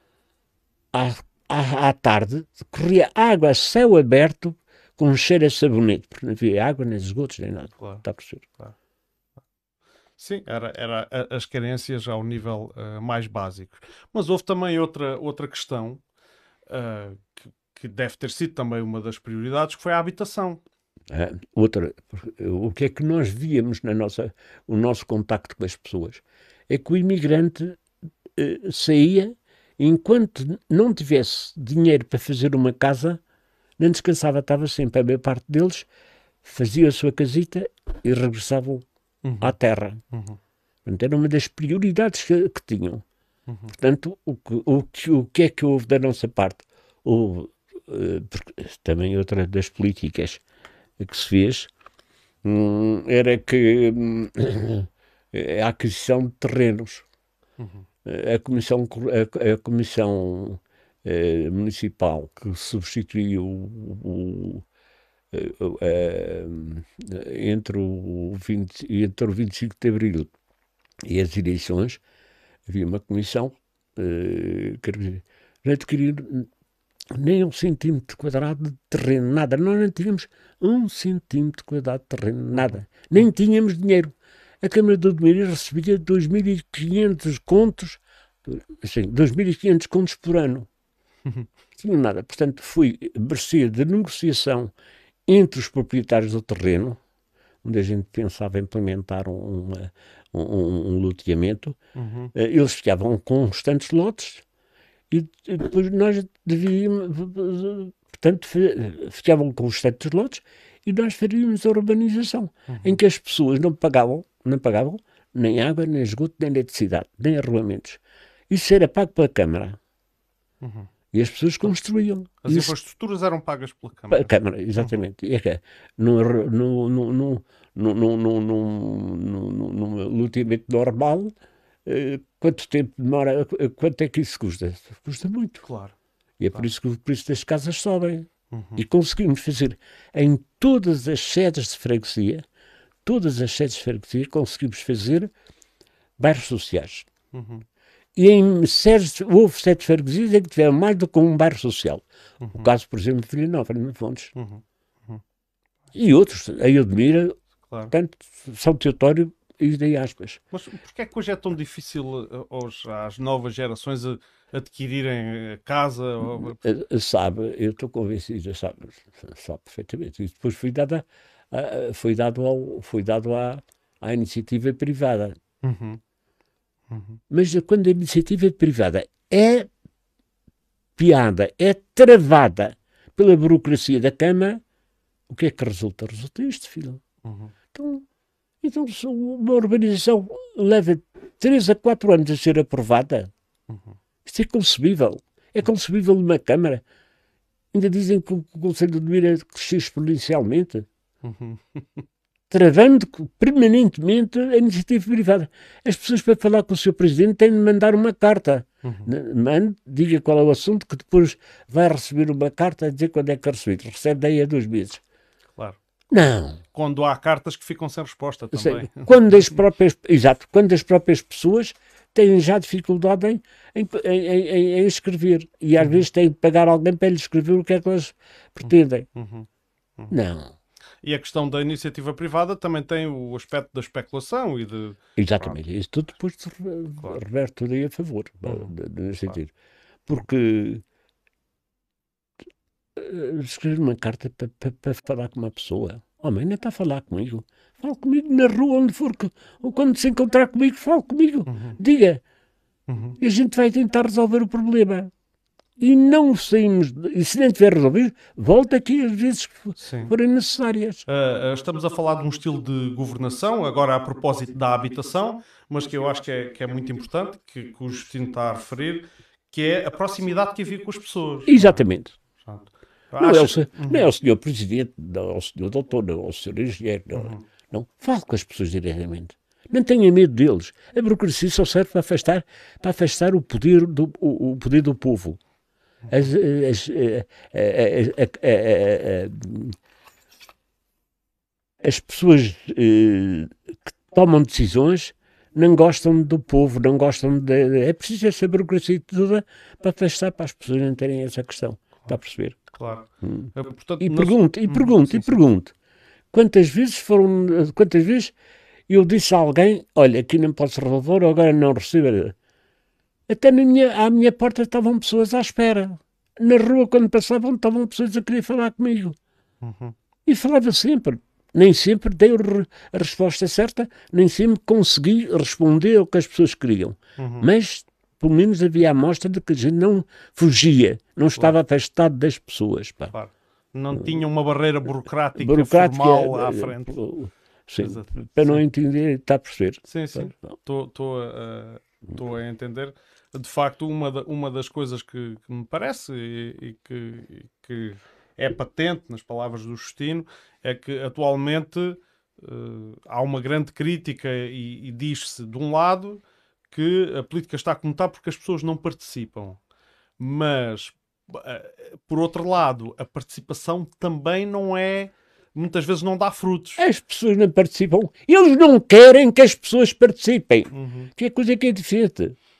à, à, à tarde, corria água a céu aberto com um cheiro a sabonete. Porque não havia água, nem esgotos, nem nada. Claro. Está a perceber? Claro. Sim, era, era as carências ao nível uh, mais básico. Mas houve também outra, outra questão uh, que, que deve ter sido também uma das prioridades, que foi a habitação. Ah, outra, o que é que nós víamos na nossa, o nosso contacto com as pessoas? É que o imigrante uh, saía e enquanto não tivesse dinheiro para fazer uma casa, não descansava, estava sempre. A maior parte deles fazia a sua casita e regressavam Uhum. à terra. Uhum. Portanto, era uma das prioridades que, que tinham. Uhum. Portanto, o que, o, que, o que é que houve da nossa parte? Houve uh, também outra das políticas que se fez um, era que um, a aquisição de terrenos. Uhum. A comissão, a, a comissão uh, municipal que substituiu o, o Uh, uh, entre, o vinte, entre o vinte e cinco de Abril e as eleições, havia uma comissão uh, que não adquirir nem um centímetro quadrado de terreno, nada. Nós não tínhamos um centímetro quadrado de terreno, nada. Nem tínhamos dinheiro. A Câmara de Odmira recebia dois mil e quinhentos contos, assim, dois mil e quinhentos contos por ano. Não tinha nada. Portanto, fui mercê de negociação entre os proprietários do terreno, onde a gente pensava implementar um, um, um, um loteamento. Uhum. Eles ficavam com constantes lotes e depois nós devíamos, portanto, ficavam com constantes lotes e nós faríamos a urbanização, uhum. em que as pessoas não pagavam, não pagavam nem água, nem esgoto, nem eletricidade, nem arruamentos. Isso era pago pela Câmara. Uhum. E as pessoas construíam. As Isso, infraestruturas eram pagas pela Câmara. Pela Câmara, exatamente. Uhum. E é no, no, no, no, no, no, no, no, no, no loteamento normal, eh, quanto tempo demora, quanto é que isso custa? Custa muito. Claro. E é claro. por isso que o preço das casas sobem. Uhum. E conseguimos fazer em todas as sedes de freguesia, todas as sedes de freguesia, conseguimos fazer bairros sociais. Uhum. E em sedes, houve sete freguesias em que tiveram mais do que um bairro social. Uhum. O caso, por exemplo, de Vila Nova, de Fontes. Uhum. Uhum. E outros, a Odmira, claro. Tanto São Teotório e de Aspas. Mas porquê é que hoje é tão difícil hoje, às novas gerações adquirirem casa? Ou... Sabe, eu estou convencido, sabe, sabe perfeitamente. E depois foi, dada, foi dado, ao, foi dado à, à iniciativa privada. Uhum. Uhum. Mas quando a iniciativa privada é piada, é travada pela burocracia da Câmara, o que é que resulta? Resulta isto, filho. Uhum. Então, então, se uma urbanização leva três a quatro anos a ser aprovada, uhum. isto é concebível. É concebível numa Câmara. Ainda dizem que o Conselho de Odmira cresceu exponencialmente. Uhum. Travando permanentemente a iniciativa privada. As pessoas, para falar com o seu presidente, têm de mandar uma carta. Uhum. Mande, diga qual é o assunto, que depois vai receber uma carta a dizer quando é que receber. Recebe daí a dois meses. Claro. Não. Quando há cartas que ficam sem resposta também. Quando as próprias, exato, quando as próprias pessoas têm já dificuldade em, em, em, em, em escrever. E às uhum. vezes têm de pagar alguém para lhes escrever o que é que elas pretendem. Uhum. Uhum. Não. E a questão da iniciativa privada também tem o aspecto da especulação e de... Exatamente. Claro. Isso tudo depois claro. reverte tudo aí a favor, uhum. nesse sentido. Claro. Porque escrever uma carta para, para, para falar com uma pessoa, homem, nem está a falar comigo. Fala comigo na rua, onde for, ou quando se encontrar comigo, fala comigo. Uhum. Diga. Uhum. E a gente vai tentar resolver o problema. E não saímos, e se nem tiver resolvido, volta aqui às vezes que Sim. forem necessárias. Uh, uh, estamos a falar de um estilo de governação, agora a propósito da habitação, mas que eu acho que é, que é muito importante, que, que o Justino está a referir, que é a proximidade que havia com as pessoas. Exatamente. Não, Acho... é o, uhum. não é o senhor Presidente, não é o senhor Doutor, não é o senhor Engenheiro, não, uhum. não. Fale com as pessoas diretamente. Não tenha medo deles. A burocracia só serve para afastar, para afastar o, poder do, o, o poder do povo. As, as, as, as pessoas que tomam decisões não gostam do povo, não gostam de... É preciso essa burocracia toda para afastar, para as pessoas não terem essa questão. Está a perceber? Claro. Hum. É, portanto, e pergunto, e pergunto, hum, e pergunto. Quantas vezes foram... Quantas vezes eu disse a alguém, olha, aqui não posso resolver, agora não recebo... Até na minha, à minha porta estavam pessoas à espera. Na rua, quando passavam, estavam pessoas a querer falar comigo. Uhum. E falava sempre. Nem sempre dei a resposta certa, nem sempre consegui responder ao que as pessoas queriam. Uhum. Mas, pelo menos, havia a mostra de que a gente não fugia, não estava claro. afastado das pessoas. Pá. Claro. Não tinha uma barreira burocrática, burocrática formal à frente. Sim, Exato. Para não sim. entender, está a perceber. Sim, sim. Estou a, a, a entender. De facto, uma, da, uma das coisas que, que me parece e, e, que, e que é patente nas palavras do Justino é que atualmente uh, há uma grande crítica e, e diz-se, de um lado, que a política está como está porque as pessoas não participam. Mas, uh, por outro lado, a participação também não é... Muitas vezes não dá frutos. As pessoas não participam. Eles não querem que as pessoas participem. Uhum. Que é coisa que é diferente.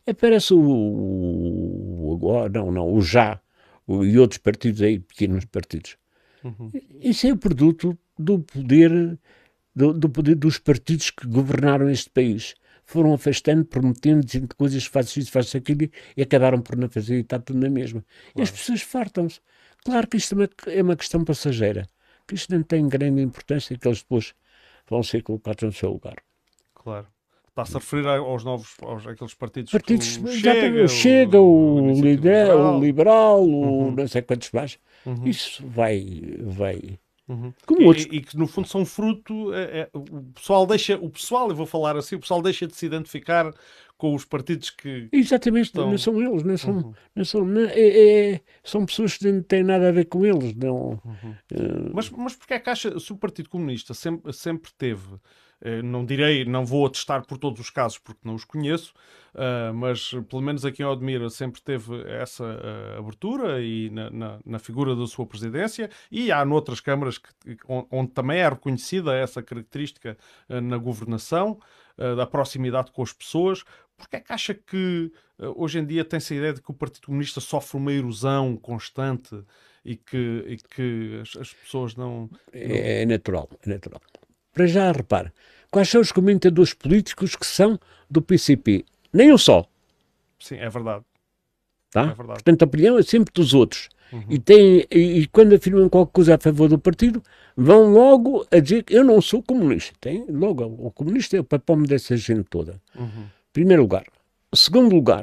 Aparece o, o agora, não, não, o já, o, e outros partidos aí, pequenos partidos. Uhum. Isso é o produto do poder, do, do poder dos partidos que governaram este país. Foram afastando, prometendo, dizendo coisas, fazes isso, fazes aquilo, e acabaram por não fazer e está tudo na mesma. Claro. E as pessoas fartam-se. Claro que isto é uma, é uma questão passageira, que isto não tem grande importância, que eles depois vão ser colocados no seu lugar. Claro. Está-se a referir aos novos, aos, aqueles partidos, partidos que o Chega, o, Chega, o, o, liberal, o Liberal, uhum. o não sei quantos mais. Uhum. Isso vai... vai uhum. como e, outros... e que no fundo são fruto... É, é, o pessoal deixa... O pessoal, eu vou falar assim, o pessoal deixa de se identificar com os partidos que... Exatamente, estão... não são eles, não são... Uhum. Não são, não, é, é, são pessoas que não têm nada a ver com eles. Não, uhum. uh... Mas, mas porque é que acha... Se o Partido Comunista sempre, sempre teve... Não direi, não vou atestar por todos os casos porque não os conheço, uh, mas pelo menos aqui em Odmira sempre teve essa uh, abertura e na, na, na figura da sua presidência, e há noutras câmaras que, onde também é reconhecida essa característica uh, na governação, uh, da proximidade com as pessoas. Porque é que acha que uh, hoje em dia tem-se a ideia de que o Partido Comunista sofre uma erosão constante e que, e que as, as pessoas não, não... É, é natural, é natural. Para já, repare, quais são os comentadores políticos que são do P C P? Nem um só. Sim, é verdade. Tá? É verdade. Portanto, a opinião é sempre dos outros. Uhum. E, tem, e, e quando afirmam qualquer coisa a favor do partido, vão logo a dizer que eu não sou comunista. Tem, logo, o comunista é o papel dessa gente toda. Uhum. Primeiro lugar. Segundo lugar,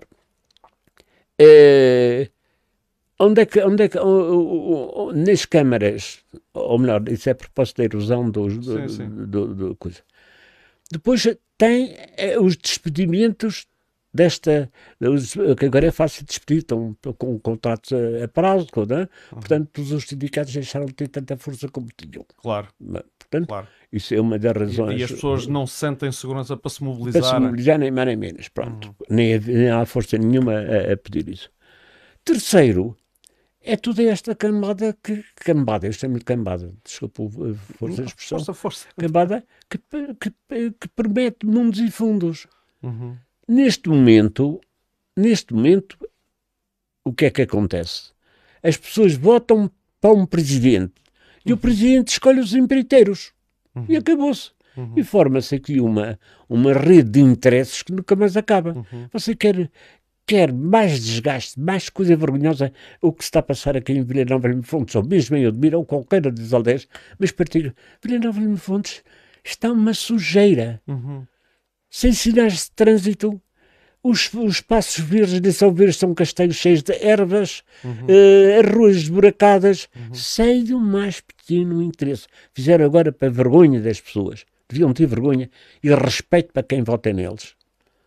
é, onde é que, onde é que oh, oh, oh, nas câmaras, ou melhor, isso é a propósito da erosão dos, do, sim, sim. Do, do, do coisa. Depois tem é, os despedimentos desta, os, que agora é fácil despedir, estão com contratos a, a prazo, não é? Uhum. Portanto, os sindicatos deixaram de ter tanta força como tinham. Claro. Portanto, claro. Isso é uma das razões. E, e as pessoas não sentem segurança para se mobilizar. Para se mobilizar, nem mais nem menos. Pronto. Uhum. Nem, nem há força nenhuma a, a pedir isso. Terceiro, é toda esta cambada que... Cambada, eu chamo de cambada. Desculpa a força de expressão. Força, força. Cambada que, que, que permite mundos e fundos. Uhum. Neste momento, neste momento, o que é que acontece? As pessoas votam para um presidente e uhum. o presidente escolhe os empreiteiros. Uhum. E acabou-se. Uhum. E forma-se aqui uma, uma rede de interesses que nunca mais acaba. Uhum. Você quer, quer mais desgaste, mais coisa vergonhosa, o que se está a passar aqui em Vila Nova de Fontes, ou mesmo em Odmira, ou qualquer das aldeias, mas partir Vila Nova de Fontes está uma sujeira. Uhum. Sem sinais de trânsito, os, os espaços verdes de São Verdes são castanhos cheios de ervas, uhum. uh, as ruas esburacadas, uhum. sem o mais pequeno interesse. Fizeram agora para vergonha das pessoas. Deviam ter vergonha e respeito para quem vota neles.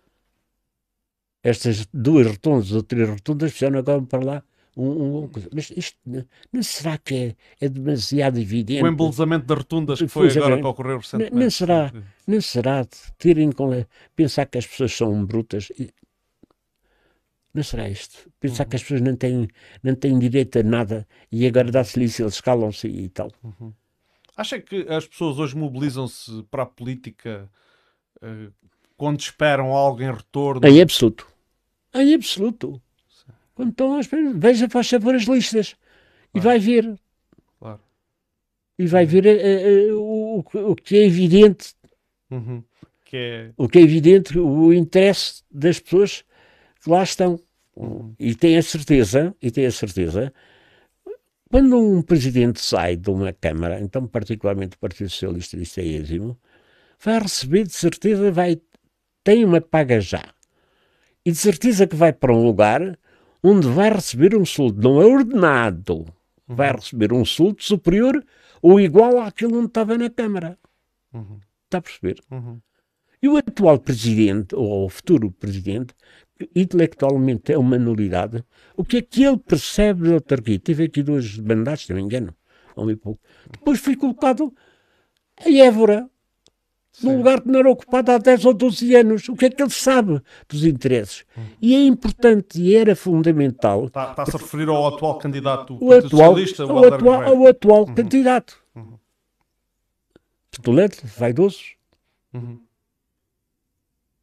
Estas duas rotundas ou três rotundas fizeram agora para lá um, um, mas isto não será que é, é demasiado evidente? O embelezamento das rotundas que foi agora para ocorrer recentemente. Não, não será, não será de terem com pensar que as pessoas são brutas? Não será isto? Pensar uhum. que as pessoas não têm, não têm direito a nada e agora dá-se-lhe isso, eles calam-se e tal. Uhum. Acha que as pessoas hoje mobilizam-se para a política uh, quando esperam algo em retorno? Em absoluto. Em absoluto. Quando estão à espera, veja, faz favor as listas. Claro. E vai ver. Claro. E vai ver uh, uh, o, o que é evidente. Uhum. Que é... O que é evidente, o interesse das pessoas que lá estão. Uhum. E tem a certeza, e tem a certeza, quando um presidente sai de uma Câmara, então particularmente o Partido Socialista, isto é êximo, vai receber de certeza, vai, tem uma paga já. E de certeza que vai para um lugar onde vai receber um soldo, não é ordenado, uhum. vai receber um soldo superior ou igual àquele onde estava na Câmara. Uhum. Está a perceber? Uhum. E o atual presidente, ou o futuro presidente, que intelectualmente é uma nulidade, o que é que ele percebe da autarquia? Teve aqui dois mandatos, se não me engano, um e pouco. Depois foi colocado em Évora, num lugar que não era ocupado há dez ou doze anos. O que é que ele sabe dos interesses? E é importante e era fundamental... Está, está-se a referir ao atual candidato do o Partido atual, Socialista, o ao atual, ao atual uhum. candidato. Uhum. Petulante, vaidoso. Uhum.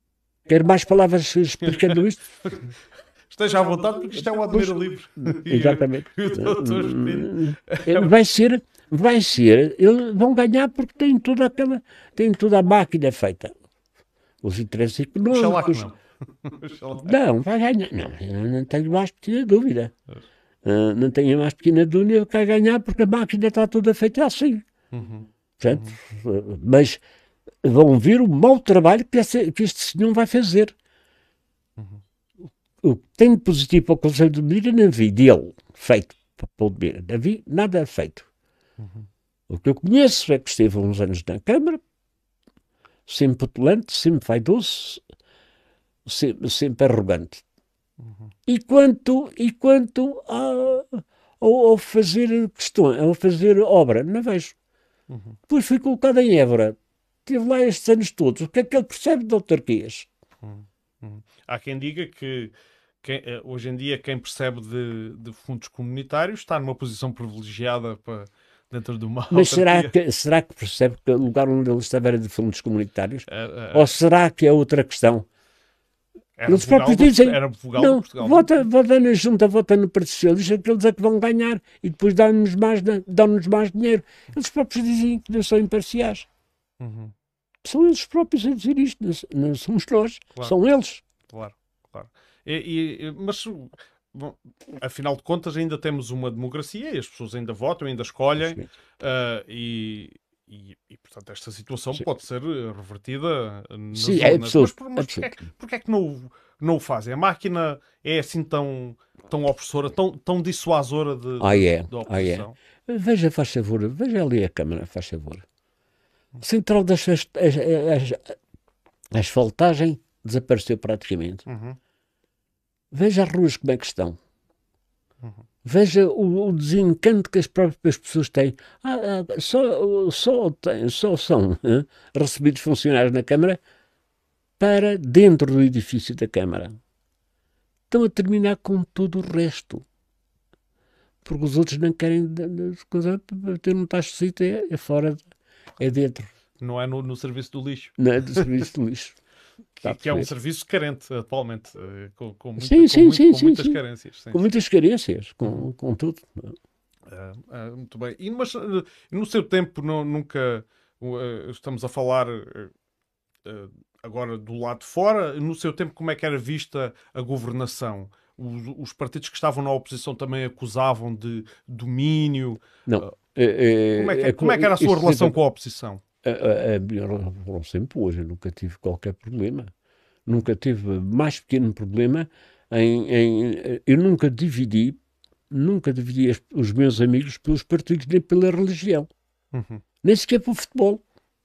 Quer mais palavras explicando isto? Esteja à vontade, porque isto é um Admira Livre. Exatamente. E o doutor Espírito. Vai ser, vai ser, eles vão ganhar porque têm toda aquela, têm toda a máquina feita. Os interesses Oxalá que económicos. não. Oxalá. Não, vai ganhar. Não, eu não tenho mais pequena dúvida. Uh, não tenho mais pequena dúvida que vai ganhar porque a máquina está toda feita assim. Uhum. Portanto, uh, mas vão ver o mau trabalho que, esse, que este senhor vai fazer. Uhum. O que tem de positivo para o Conselho de Medida não vi dele feito para o Medida. Não vi nada feito. Uhum. O que eu conheço é que esteve há uns anos na Câmara, sempre petulante, sempre vaidoso, sempre, sempre arrogante. Uhum. E quanto, e quanto a, ao, ao fazer questões, ao fazer obra, não vejo. Uhum. Depois fui colocado em Évora. Estive lá estes anos todos. O que é que ele percebe de autarquias? Uhum. Uhum. Há quem diga que quem, hoje em dia quem percebe de, de fundos comunitários está numa posição privilegiada para, dentro de uma Mas será autarquia. que, será que percebe que o lugar onde ele estava era de fundos comunitários? Uh, uh, Ou será que é outra questão? Era Eles vogal próprios do, dizem, era vogal não, do Portugal. vota, vota na junta, vota no Partido Socialista, aqueles é que vão ganhar e depois dão-nos mais, dão-nos mais dinheiro. Eles próprios dizem que não são imparciais. Uhum. São eles próprios a dizer isto, não, não somos nós, Claro. são eles. Claro, claro. E, e, mas, bom, afinal de contas, ainda temos uma democracia e as pessoas ainda votam, ainda escolhem. Uh, e, e, e, portanto, esta situação Sim. pode ser revertida nas Sim, é urnas. absurdo, Mas, mas porquê, porquê é que não, o- não o fazem? A máquina é assim tão, tão opressora, tão, tão dissuasora de, Ah, de- é, da ah, é. oposição? Veja, faz favor, veja ali a Câmara, faz favor. Central das as, as, as, a asfaltagem desapareceu praticamente. Uhum. Veja as ruas como é que estão. Uhum. Veja o, o desencanto que as próprias pessoas têm. Ah, ah, só, só, tem, só são hein, recebidos funcionários na Câmara para dentro do edifício da Câmara. Estão a terminar com todo o resto. Porque os outros não querem ter um tachocito, é, é fora, é dentro. Não é no, no serviço do lixo, Não é do serviço de lixo. que, que é um serviço carente atualmente, uh, com, com, muita, Sim, com, sim, muito- sim, com sim, muitas sim. carências. Sim, Com sim. muitas carências, com, Uhum. com tudo. Ah, ah, muito bem. E, mas ah, no seu tempo não- nunca ah, estamos a falar ah, ah, agora do lado de fora. No seu tempo, como é que era vista a governação? Os, os partidos que estavam na oposição também acusavam de domínio. Não. Ah, É, como, é que, é, como é que era a sua isso relação sempre- com a oposição? a, a, a minha relação sempre hoje, eu nunca tive qualquer problema. Nunca tive mais pequeno problema em, em- eu nunca dividi, nunca dividi as- os meus amigos pelos partidos nem pela religião, Uhum. nem sequer pelo futebol.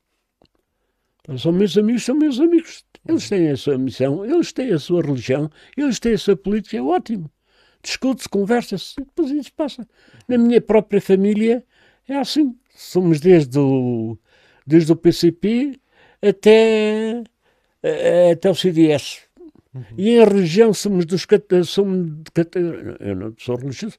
Então, são meus amigos, são meus amigos. Eles têm a sua missão, eles têm a sua religião, eles têm a sua política, é ótimo. Discute-se, conversa-se, e depois isso passa. Na minha própria família é assim. Somos desde o, desde o P C P até, eh, até o C D S. Uhum. E em religião somos dos cat- somos de cat- eu não sou religioso,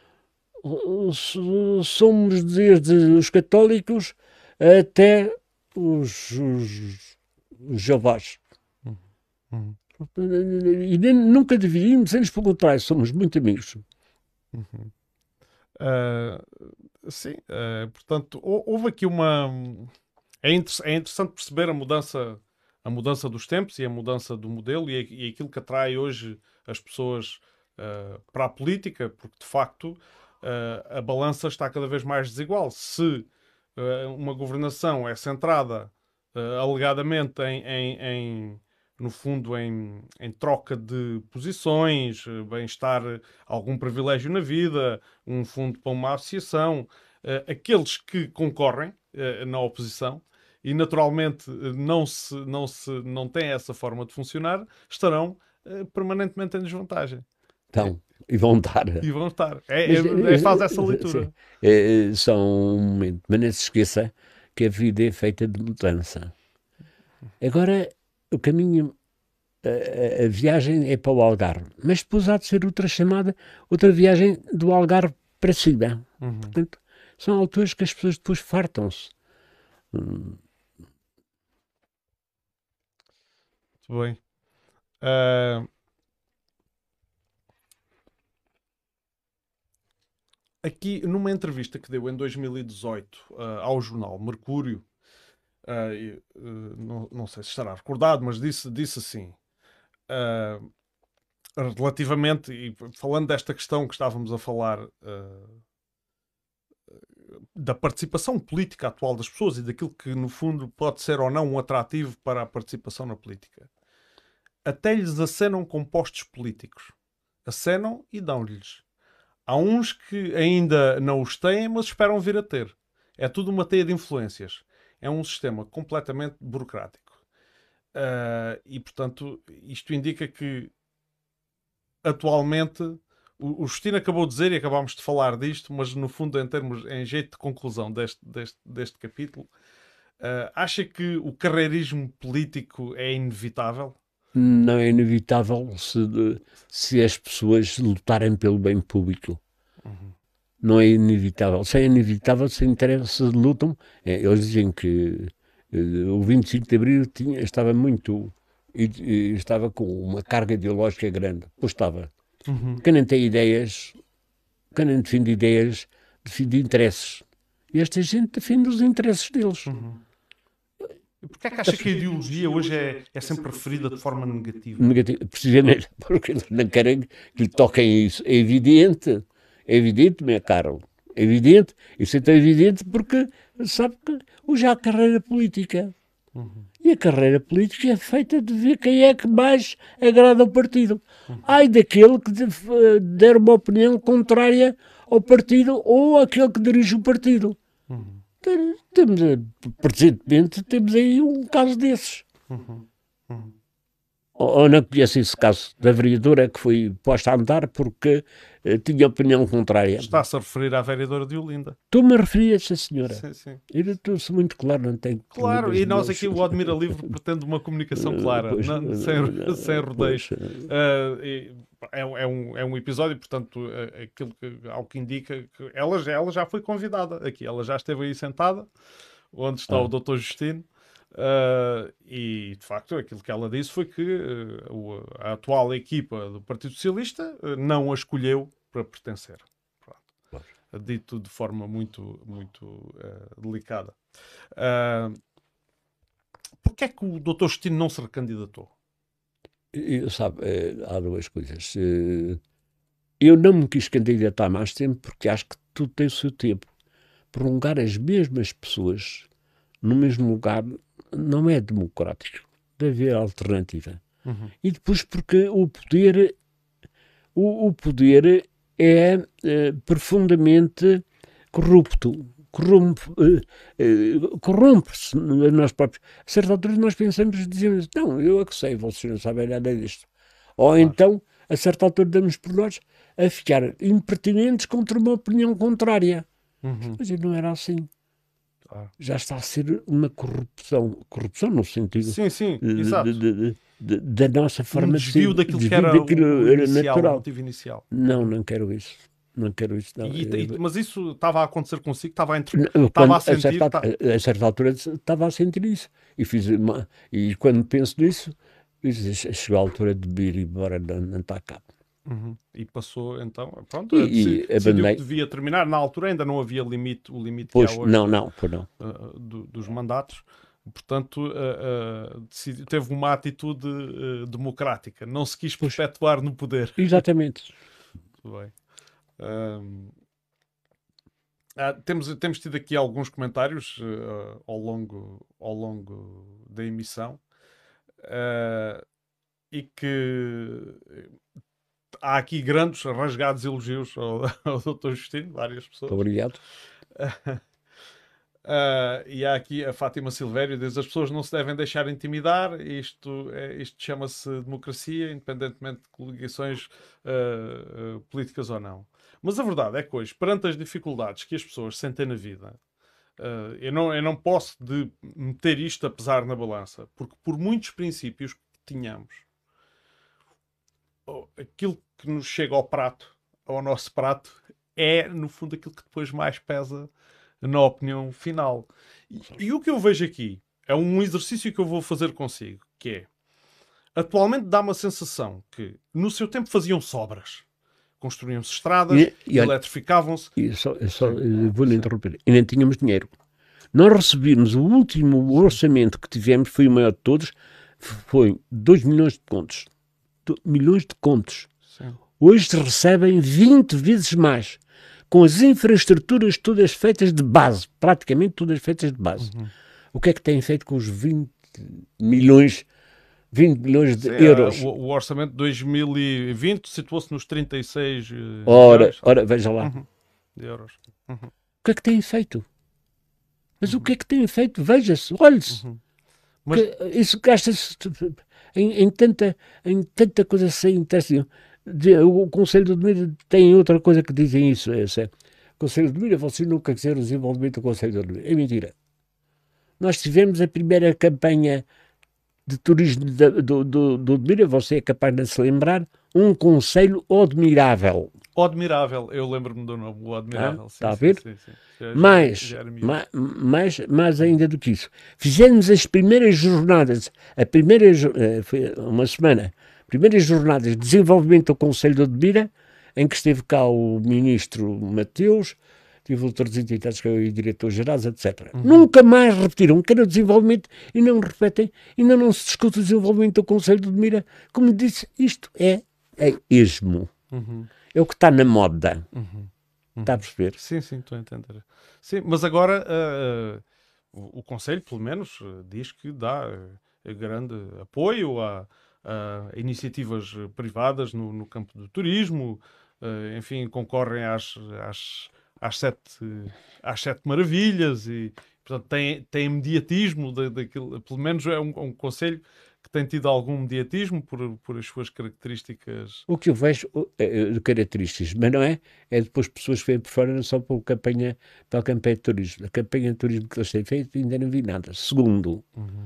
somos desde os católicos até os, os, os Jeovás. Uhum. E nem- nunca dividimos, antes pelo contrário, somos muito amigos. Uhum. Ah, sim, ah, portanto, hou- houve aqui uma. É, inter- é interessante perceber a mudança, a mudança dos tempos e a mudança do modelo e, e aquilo que atrai hoje as pessoas ah, para a política, porque de facto ah, a balança está cada vez mais desigual. Se ah, uma governação é centrada ah, alegadamente em, em- em, no fundo, em, em troca de posições, eh, bem-estar, eh, algum privilégio na vida, um fundo para uma associação, eh, aqueles que concorrem eh, na oposição e naturalmente eh, não, se, não, se, não têm essa forma de funcionar, estarão eh, permanentemente em desvantagem. Então, e vão dar. E vão estar. É, Mas, é, é, faz eh, essa eh, leitura. sim. Eh, Só um momento, mas não se esqueça que a vida é feita de mudança. Agora, o caminho, a, a- a viagem é para o Algarve, mas depois há de ser outra chamada, outra viagem do Algarve para cima. Uhum. Portanto, são alturas que as pessoas depois fartam-se. Hum, Muito bem. Uh, aqui, numa entrevista que deu em dois mil e dezoito uh, ao jornal Mercúrio, uh, e, uh, não, não sei se estará recordado, mas disse, disse assim, uh, relativamente, e falando desta questão que estávamos a falar, uh, da participação política atual das pessoas e daquilo que, no fundo, pode ser ou não um atrativo para a participação na política. Até lhes acenam com postos políticos. Acenam e dão-lhes. Há uns que ainda não os têm, mas esperam vir a ter. É tudo uma teia de influências. É um sistema completamente burocrático. Uh, e, portanto, isto indica que, atualmente, o, o Justino acabou de dizer, e acabámos de falar disto, mas, no fundo, em termos, em jeito de conclusão deste, deste, deste capítulo, uh, acha que o carreirismo político é inevitável? Não é inevitável se, se as pessoas lutarem pelo bem público. Uhum. Não é inevitável. Se é inevitável, se interesses lutam. É, eles dizem que uh, o vinte e cinco de Abril tinha, estava muito... E, e estava com uma carga ideológica grande. Pois estava. Uhum. Quem não tem ideias, quem não defende ideias, defende interesses. E esta gente defende os interesses deles. Uhum. Porquê é que acha que a ideologia hoje é, é sempre referida de forma negativa? Negativa, precisamente porque eles não querem que lhe toquem isso. É evidente, é evidente, meu caro, é evidente. Isso é tão evidente porque sabe que hoje há a carreira política. Uhum. E a carreira política é feita de ver quem é que mais agrada ao partido. Uhum. Ai daquele que der uma opinião contrária ao partido ou aquele que dirige o partido. Uhum. Temos, presentemente, temos aí um caso desses. Uhum. Uhum. Ou, ou não conhece esse caso da vereadora que foi posta a andar porque uh, tinha opinião contrária? Está-se a referir à vereadora de Olinda. Estou-me a referir a essa senhora. Sim, sim. Eu estou-se muito claro, não tenho... Claro, e nós aqui, o Admira Livre, pretende uma comunicação clara, pois, não, sem, não, sem rodeios. Pois, uh, e, é, é, um, é um episódio, portanto, aquilo que, ao que indica que ela, ela já foi convidada aqui, ela já esteve aí sentada, onde está ah. o doutor Justino, uh, e de facto aquilo que ela disse foi que uh, a atual equipa do Partido Socialista uh, não a escolheu para pertencer. Pronto. Dito de forma muito, muito uh, delicada. Uh, Porquê é que o doutor Justino não se recandidatou? Eu, sabe, há duas coisas. Eu não me quis candidatar mais tempo porque acho que tudo tem o seu tempo. Prolongar as mesmas pessoas no mesmo lugar não é democrático. Deve haver alternativa. Uhum. E depois porque o poder, o, o poder é, é profundamente corrupto. Corrompe, uh, uh, corrompe-se nós próprios. A certa altura nós pensamos e dizemos, não, eu é que sei, vocês não sabem nada disto. Ou claro. Então, a certa altura damos por nós a ficar impertinentes contra uma opinião contrária. Uhum. Mas não era assim. Claro. Já está a ser uma corrupção. Corrupção no sentido sim, sim, de, exato. De, de, de, da nossa forma um desvio de ser. daquilo desvio que era daquilo o, o inicial, natural. O motivo inicial. Não, não quero isso. Não quero isso. Não. E, e, mas isso estava a acontecer consigo? Estava a, entre... não, estava a sentir? A certa, tá... a certa altura estava a sentir isso. E, fiz uma... e quando penso nisso, chegou a altura de vir embora, não, não está cá. Uhum. E passou então, pronto, e, e decidiu que devia terminar. Na altura ainda não havia limite, o limite pois, que há hoje não, não, pois não. Uh, do, dos mandatos. Portanto, uh, uh, decidiu, teve uma atitude uh, democrática. Não se quis pois. perpetuar no poder. Exatamente. Muito bem. Um, uh, temos, temos tido aqui alguns comentários uh, ao, longo, ao longo da emissão uh, e que há aqui grandes rasgados elogios ao, ao doutor Justino, várias pessoas. Muito obrigado. Uh, e há aqui a Fátima Silvério, diz: as pessoas não se devem deixar intimidar, isto, é, isto chama-se democracia, independentemente de coligações uh, uh, políticas ou não. Mas a verdade é que hoje, perante as dificuldades que as pessoas sentem na vida, uh, eu, não, eu não posso de meter isto a pesar na balança, porque por muitos princípios que tenhamos, oh, aquilo que nos chega ao prato, ao nosso prato, é no fundo aquilo que depois mais pesa na opinião final. E, e o que eu vejo aqui é um exercício que eu vou fazer consigo, que é Atualmente dá-me a sensação que no seu tempo faziam-se obras. Construíam-se estradas, E, e olha, eletrificavam-se. e só, eu só, Sim, eu vou-lhe sim. interromper. E nem tínhamos dinheiro. Nós recebemos o último orçamento que tivemos, foi o maior de todos, foi dois milhões de contos. Do- milhões de contos. Sim. Hoje recebem vinte vezes mais, com as infraestruturas todas feitas de base, praticamente todas feitas de base. Uhum. O que é que têm feito com os vinte milhões, vinte milhões de Sim, euros? o, o orçamento de dois mil e vinte situou-se nos trinta e seis eh, Ora, milhões ora, veja lá. Uhum. de euros. Uhum. O que é que têm feito? Mas o que é que têm feito? Veja-se, olhe-se. Uhum. Mas- Que isso gasta-se em, em tanta, em tanta coisa sem interesse. De- O Conselho de Odmira tem outra coisa que dizem isso. É, é, o Conselho de Odmira, vocês nunca quiseram o desenvolvimento do Conselho de Odmira. É mentira. Nós tivemos a primeira campanha de turismo da- do, do, do Odmira, você é capaz de se lembrar, um Conselho admirável. O Admirável, eu lembro-me do nome, o Admirável. Ah, sim, está a sim, ver? sim, sim. Já- já- Mais, já era miúdo. ma- mais, mais ainda do que isso. Fizemos as primeiras jornadas, a primeira, jo- eh, foi uma semana, primeiras jornadas de desenvolvimento do Conselho de Odmira, em que esteve cá o ministro Mateus, tive outros entidades que eu e diretor-gerais, etcétera. Nunca mais repetiram, que era o desenvolvimento, e não repetem, ainda não se discute o desenvolvimento do Conselho de Odmira. Como disse, isto é, é esmo. Uhum. É o que está na moda. Uhum. Está a perceber? Sim, sim, estou a entender. Sim, mas agora ah, ah, o, o Conselho, pelo menos, ah, diz que dá ah, grande apoio a, a iniciativas eh, privadas no, no campo do turismo, ah, enfim, concorrem às, às, às, sete, às sete maravilhas e, portanto, tem, tem mediatismo, de, daquilo, pelo menos é um, um Conselho que tem tido algum mediatismo por, por as suas características. O que eu vejo o- é, de características, mas não é? É depois pessoas que vêm por fora, não só pela campanha, pela campanha de turismo. A campanha de turismo que eles têm feito ainda não vi nada. Segundo, Uhum.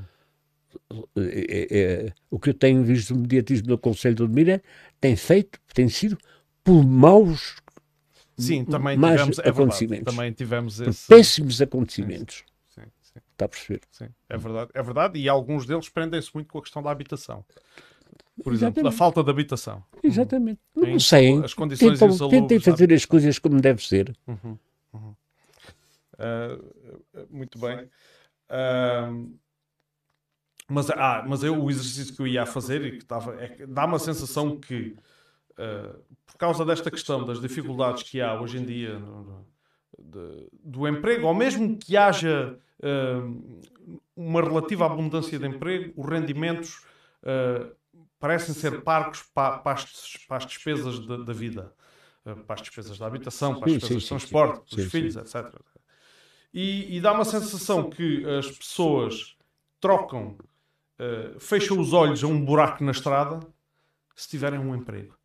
é- é- é, o que eu tenho visto do mediatismo do Conselho de Odmira tem feito, tem sido por maus, Sim, também mais tivemos, é verdade, acontecimentos. também tivemos por esse. péssimos acontecimentos. Sim, sim, Está a perceber? sim. É verdade, é verdade, e alguns deles prendem-se muito com a questão da habitação. Por exemplo, da Exatamente. falta de habitação. Exatamente. Não Em sei. as condições Tentam, insalubres tentem da fazer as coisas como deve ser. Uhum, uhum. Ah, muito bem. Ah, mas ah, mas eu, o exercício que eu ia fazer e que estava, é que dá uma sensação que, ah, por causa desta questão das dificuldades que há hoje em dia no- no- de- do emprego, ou mesmo que haja ah, uma relativa abundância de emprego, os rendimentos ah, parecem ser parcos pa- para, as, para as despesas da, da vida, ah, para as despesas da habitação, para as Sim, despesas sim, de sim, transporte, sim. dos Sim, filhos, sim. etcétera. E, e dá uma sensação que as pessoas trocam, ah, fecham os olhos a um buraco na estrada se tiverem um emprego.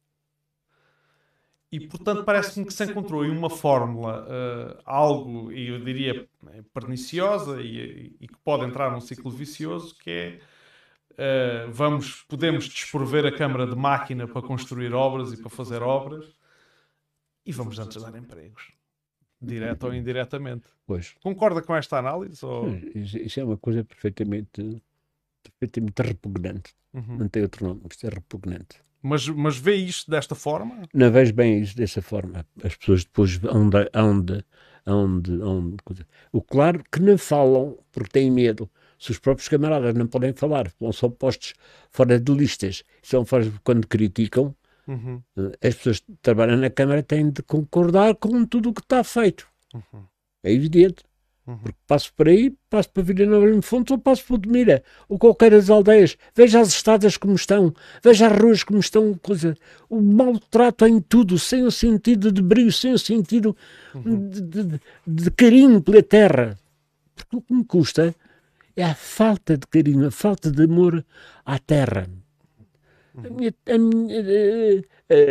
E, portanto, parece-me que se encontrou aí uma fórmula, uh, algo, e eu diria, perniciosa e, e que pode entrar num ciclo vicioso, que é, uh, vamos, podemos desprover a Câmara de máquina para construir obras e para fazer obras, e vamos antes dar empregos, direto ou indiretamente. Pois. Concorda com esta análise? Ou... Isso, isso é uma coisa perfeitamente, perfeitamente repugnante. Uhum. Não tem outro nome. Isto é repugnante. Mas, mas vê isto desta forma? Não vejo bem isso dessa forma. As pessoas depois hão de, hão de, hão de, hão de... O claro que não falam porque têm medo. Se os próprios camaradas não podem falar, vão só postos fora de listas. São quando criticam, Uhum. as pessoas que trabalham na Câmara têm de concordar com tudo o que está feito. Uhum. É evidente. Uhum. Porque passo por aí, passo para Vila Nova de Fontes ou passo por Odmira, ou qualquer das aldeias. Veja as estradas como estão, veja as ruas como estão, coisa. O maltrato em tudo, sem o sentido de brilho, sem o sentido Uhum. de, de, de carinho pela terra. Porque o que me custa é a falta de carinho, a falta de amor à terra. A minha, a minha, eh,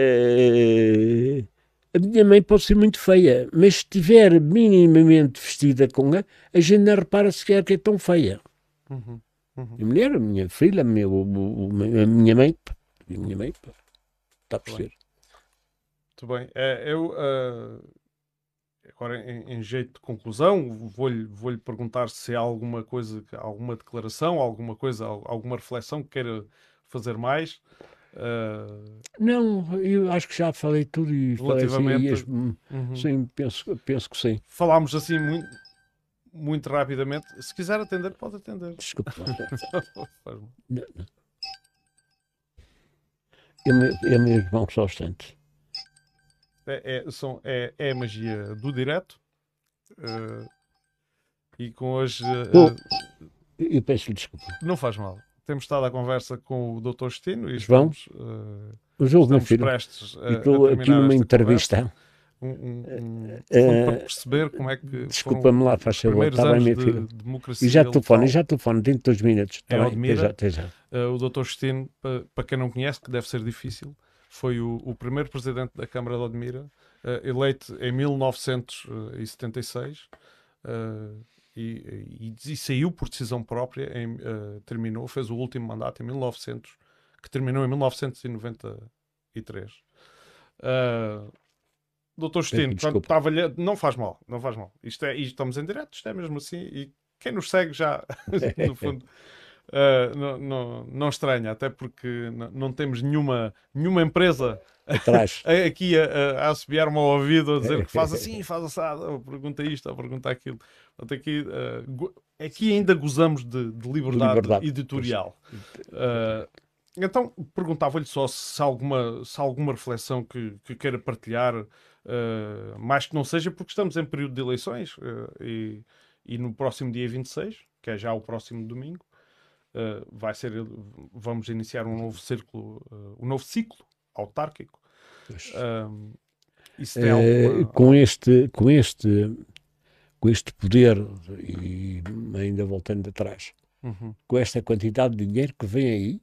eh, a minha mãe pode ser muito feia, mas se estiver minimamente vestida com a, a gente não repara sequer que é tão feia. Uhum. Uhum. A mulher, a minha filha, a minha, o- o- a minha mãe, pá, a minha mãe, pá, está a perceber. Muito bem. É, eu, ah, agora, em, em jeito de conclusão, vou-lhe vou-lhe perguntar se há alguma coisa, alguma declaração, alguma coisa, al- alguma reflexão que queira fazer mais? Uh, Não, eu acho que já falei tudo e falei assim, relativamente... e as- hum, Uhum. sim, penso, penso que sim. Falámos assim muito, muito rapidamente. Se quiser atender, pode atender. Desculpa. Faz mal. Não, não. Eu, me- eu mesmo vão só instante. É, é, são, é, é a magia do direto. Uh, e com hoje... Bom, uh, eu peço-lhe desculpa. não faz mal. Temos estado à conversa com o doutor Justino e João? estamos, uh, Mas ouve, meu estamos filho, prestes a, eu a estou aqui terminar numa esta entrevista. conversa. Um, um, um Eh, fundo para perceber como é que Desculpa-me lá, foram faz os favor. primeiros Está bem, anos meu de filho. democracia E já telefone, local já telefone, dentro de dois minutos. Está em bem? Até Odmira. já, até já. Uh, o doutor Justino, pa, para quem não conhece, que deve ser difícil, foi o, o primeiro presidente da Câmara de Odmira, uh, eleito em mil novecentos e setenta e seis uh, e, e, e saiu por decisão própria, em, uh, terminou, fez o último mandato em mil e novecentos, que terminou em mil novecentos e noventa e três. Uh, doutor Justino, portanto, estava não faz mal, não faz mal. Isto é, isto estamos em direto, isto é mesmo assim, e quem nos segue já, no fundo, uh, não, não, não estranha, até porque não, não temos nenhuma, nenhuma empresa Atrás. aqui a, a, a assobiar-me ao ouvido, a dizer que faz assim, faz assado, ou pergunta isto, ou pergunta aquilo. Portanto, aqui, uh, aqui ainda gozamos de, de liberdade, liberdade editorial. Uh, então, perguntava-lhe só se alguma, se alguma reflexão que, que queira partilhar, uh, mais que não seja, porque estamos em período de eleições uh, e, e no próximo dia vinte e seis, que é já o próximo domingo, uh, vai ser, vamos iniciar um novo círculo, uh, um novo ciclo autárquico. Uh, isso tem alguma... uh, com este, com este, com este poder, e ainda voltando atrás, uhum. com esta quantidade de dinheiro que vem aí,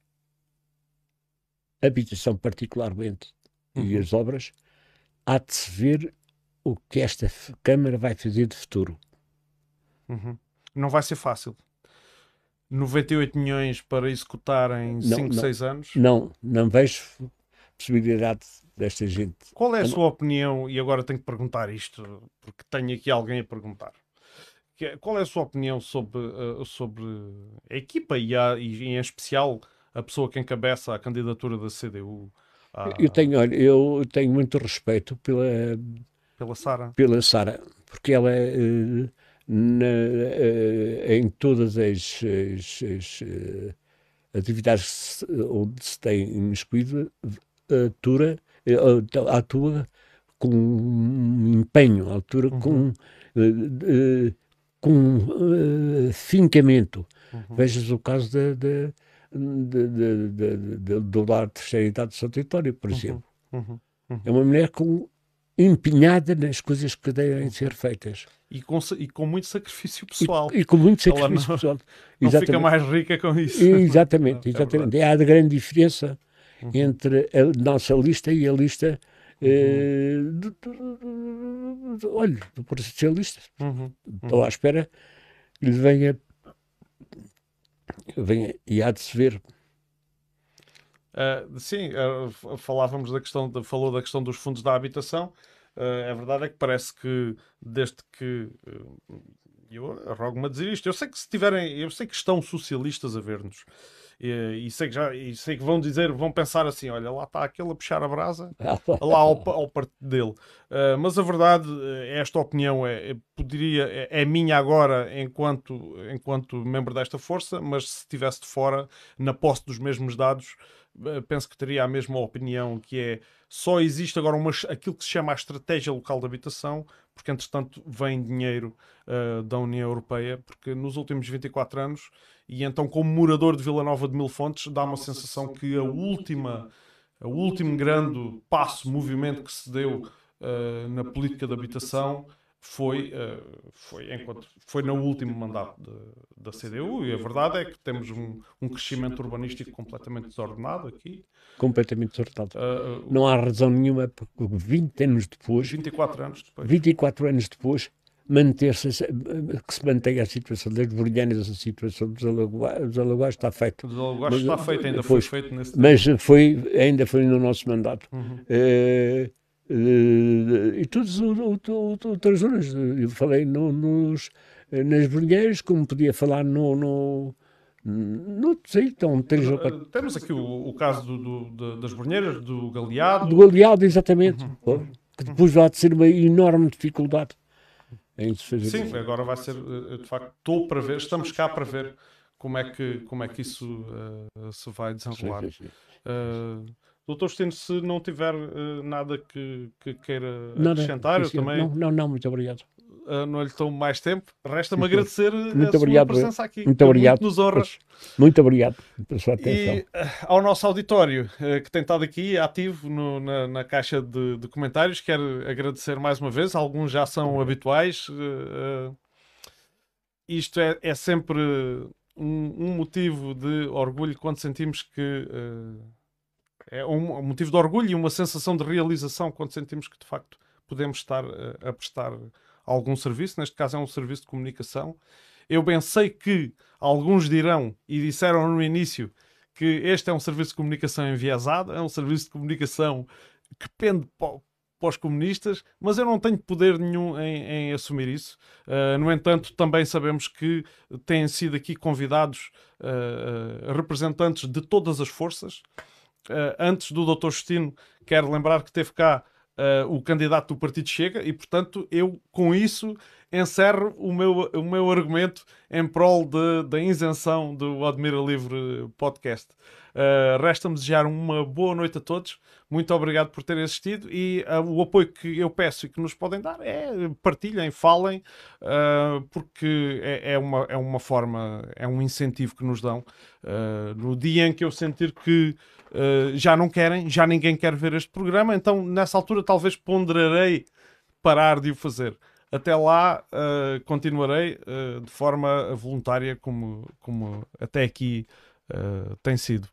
habitação particularmente, uhum. e as obras, há de se ver o que esta Câmara vai fazer de futuro. Uhum. Não vai ser fácil. noventa e oito milhões para executar em cinco, seis anos? Não, não vejo possibilidade desta gente. Qual é a sua opinião, e agora tenho que perguntar isto, porque tenho aqui alguém a perguntar. Qual é a sua opinião sobre, uh, sobre a equipa e, a, e em especial a pessoa que encabeça a candidatura da C D U? A... Eu tenho, olha, eu tenho muito respeito pela pela Sara, pela Sara, porque ela uh, na, uh, em todas as, as, as uh, atividades onde se tem imiscuído, atua, atua com empenho, atua uhum. com, uh, uh, com uh, fincamento. Uhum. Vejas o caso da, da, da, da, da, do lar de terceira idade de Santo António, por exemplo. Uhum. Uhum. Uhum. É uma mulher com, empenhada nas coisas que devem uhum. ser feitas. E com, e com muito sacrifício pessoal. E, e com muito sacrifício não, pessoal. Não exatamente. Fica mais rica com isso. Exatamente, exatamente. É, é a grande diferença uhum. entre a nossa lista e a lista uhum. eh, do, do, do, do, olha, do Partido Socialista. Uhum. Uhum. Estou à espera que lhe venha, venha e há de se ver. Uh, sim, uh, falávamos da questão, de, falou da questão dos fundos da habitação. Uh, a verdade é que parece que desde que uh, eu arrogo-me a dizer isto, eu sei que se tiverem, eu sei que estão socialistas a ver-nos e, e sei que já, e sei que vão dizer, vão pensar assim, olha, lá está aquele a puxar a brasa, lá ao, ao partido dele. Uh, mas a verdade, esta opinião é, é poderia, é, é minha agora enquanto, enquanto membro desta força, mas se estivesse de fora, na posse dos mesmos dados, penso que teria a mesma opinião, que é só existe agora uma, aquilo que se chama a estratégia local de habitação, porque entretanto vem dinheiro uh, da União Europeia, porque nos últimos vinte e quatro anos, e então como morador de Vila Nova de Mil Fontes, dá uma sensação que a última, a último grande passo, movimento que se deu uh, na política de habitação foi, uh, foi, enquanto, foi no último mandato de, da C D U, e a verdade é que temos um, um crescimento urbanístico completamente desordenado aqui. Completamente desordenado. Uh, Não há razão nenhuma, porque vinte anos depois... vinte e quatro anos depois. vinte e quatro anos depois, manter-se, que se mantenha a situação das Bordianas, a situação dos Alagoas, dos Alagoas está feito. Dos Alagoas está feito, ainda depois, foi feito nesse Mas foi, ainda foi no nosso mandato. Uhum. Uh, Uh, e todas outras zonas. Eu falei no, nos, nas Brunheiras, como podia falar no, no, Não sei, então três ou quatro. Temos aqui o, o caso do, do, do, das Borneiras, do Galeado. Do Galeado, exatamente. Uhum. Que depois vai ser uma enorme dificuldade em se fazer. Sim, agora vai ser, de facto, estou para ver, estamos cá para ver como é que, como é que isso uh, se vai desenrolar. Sim, sim, sim. Uh, doutor Justino, se não tiver uh, nada que, que queira acrescentar, não, eu também... Não, não, não, muito obrigado. Uh, não lhe tomo mais tempo. Resta-me agradecer muito a obrigado, sua presença aqui. Muito obrigado. Muito nos honra. Muito obrigado pela sua atenção. E uh, ao nosso auditório, uh, que tem estado aqui ativo no, na, na caixa de, de comentários, quero agradecer mais uma vez. Alguns já são habituais. Uh, uh, isto é, é sempre um, um motivo de orgulho quando sentimos que... Uh, é um, um motivo de orgulho e uma sensação de realização quando sentimos que, de facto, podemos estar uh, a prestar algum serviço. Neste caso é um serviço de comunicação. Eu bem sei que alguns dirão, e disseram no início, que este é um serviço de comunicação enviesado, é um serviço de comunicação que pende para, para os comunistas, mas eu não tenho poder nenhum em, em assumir isso. Uh, no entanto, também sabemos que têm sido aqui convidados uh, representantes de todas as forças. Uh, antes do doutor Justino, quero lembrar que teve cá Uh, o candidato do Partido Chega e, portanto, eu com isso encerro o meu, o meu argumento em prol de, da isenção do Admira Livre podcast. Uh, Resta-me desejar uma boa noite a todos. Muito obrigado por terem assistido e uh, o apoio que eu peço e que nos podem dar é partilhem, falem, uh, porque é, é, uma, é uma forma, é um incentivo que nos dão. Uh, no dia em que eu sentir que Uh, já não querem, já ninguém quer ver este programa, então nessa altura talvez ponderarei parar de o fazer. Até lá uh, continuarei uh, de forma voluntária como, como até aqui uh, tem sido.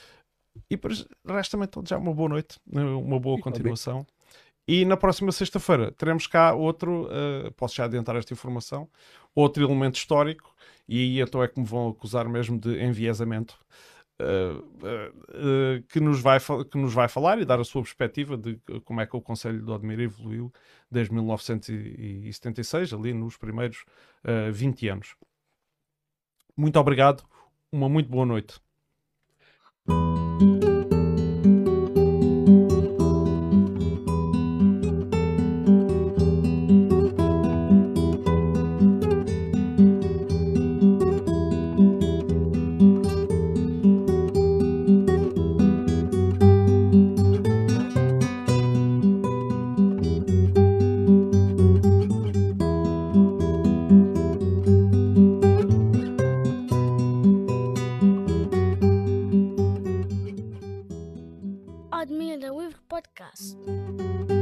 E resta-me então já uma boa noite, uma boa continuação. E na próxima sexta-feira teremos cá outro, uh, posso já adiantar esta informação, outro elemento histórico, e aí então é que me vão acusar mesmo de enviesamento. Uh, uh, uh, que, nos vai que nos vai falar e dar a sua perspectiva de como é que o Conselho de Odmira evoluiu desde mil novecentos e setenta e seis, ali nos primeiros uh, vinte anos. Muito obrigado, uma muito boa noite. Admira Livre Podcast.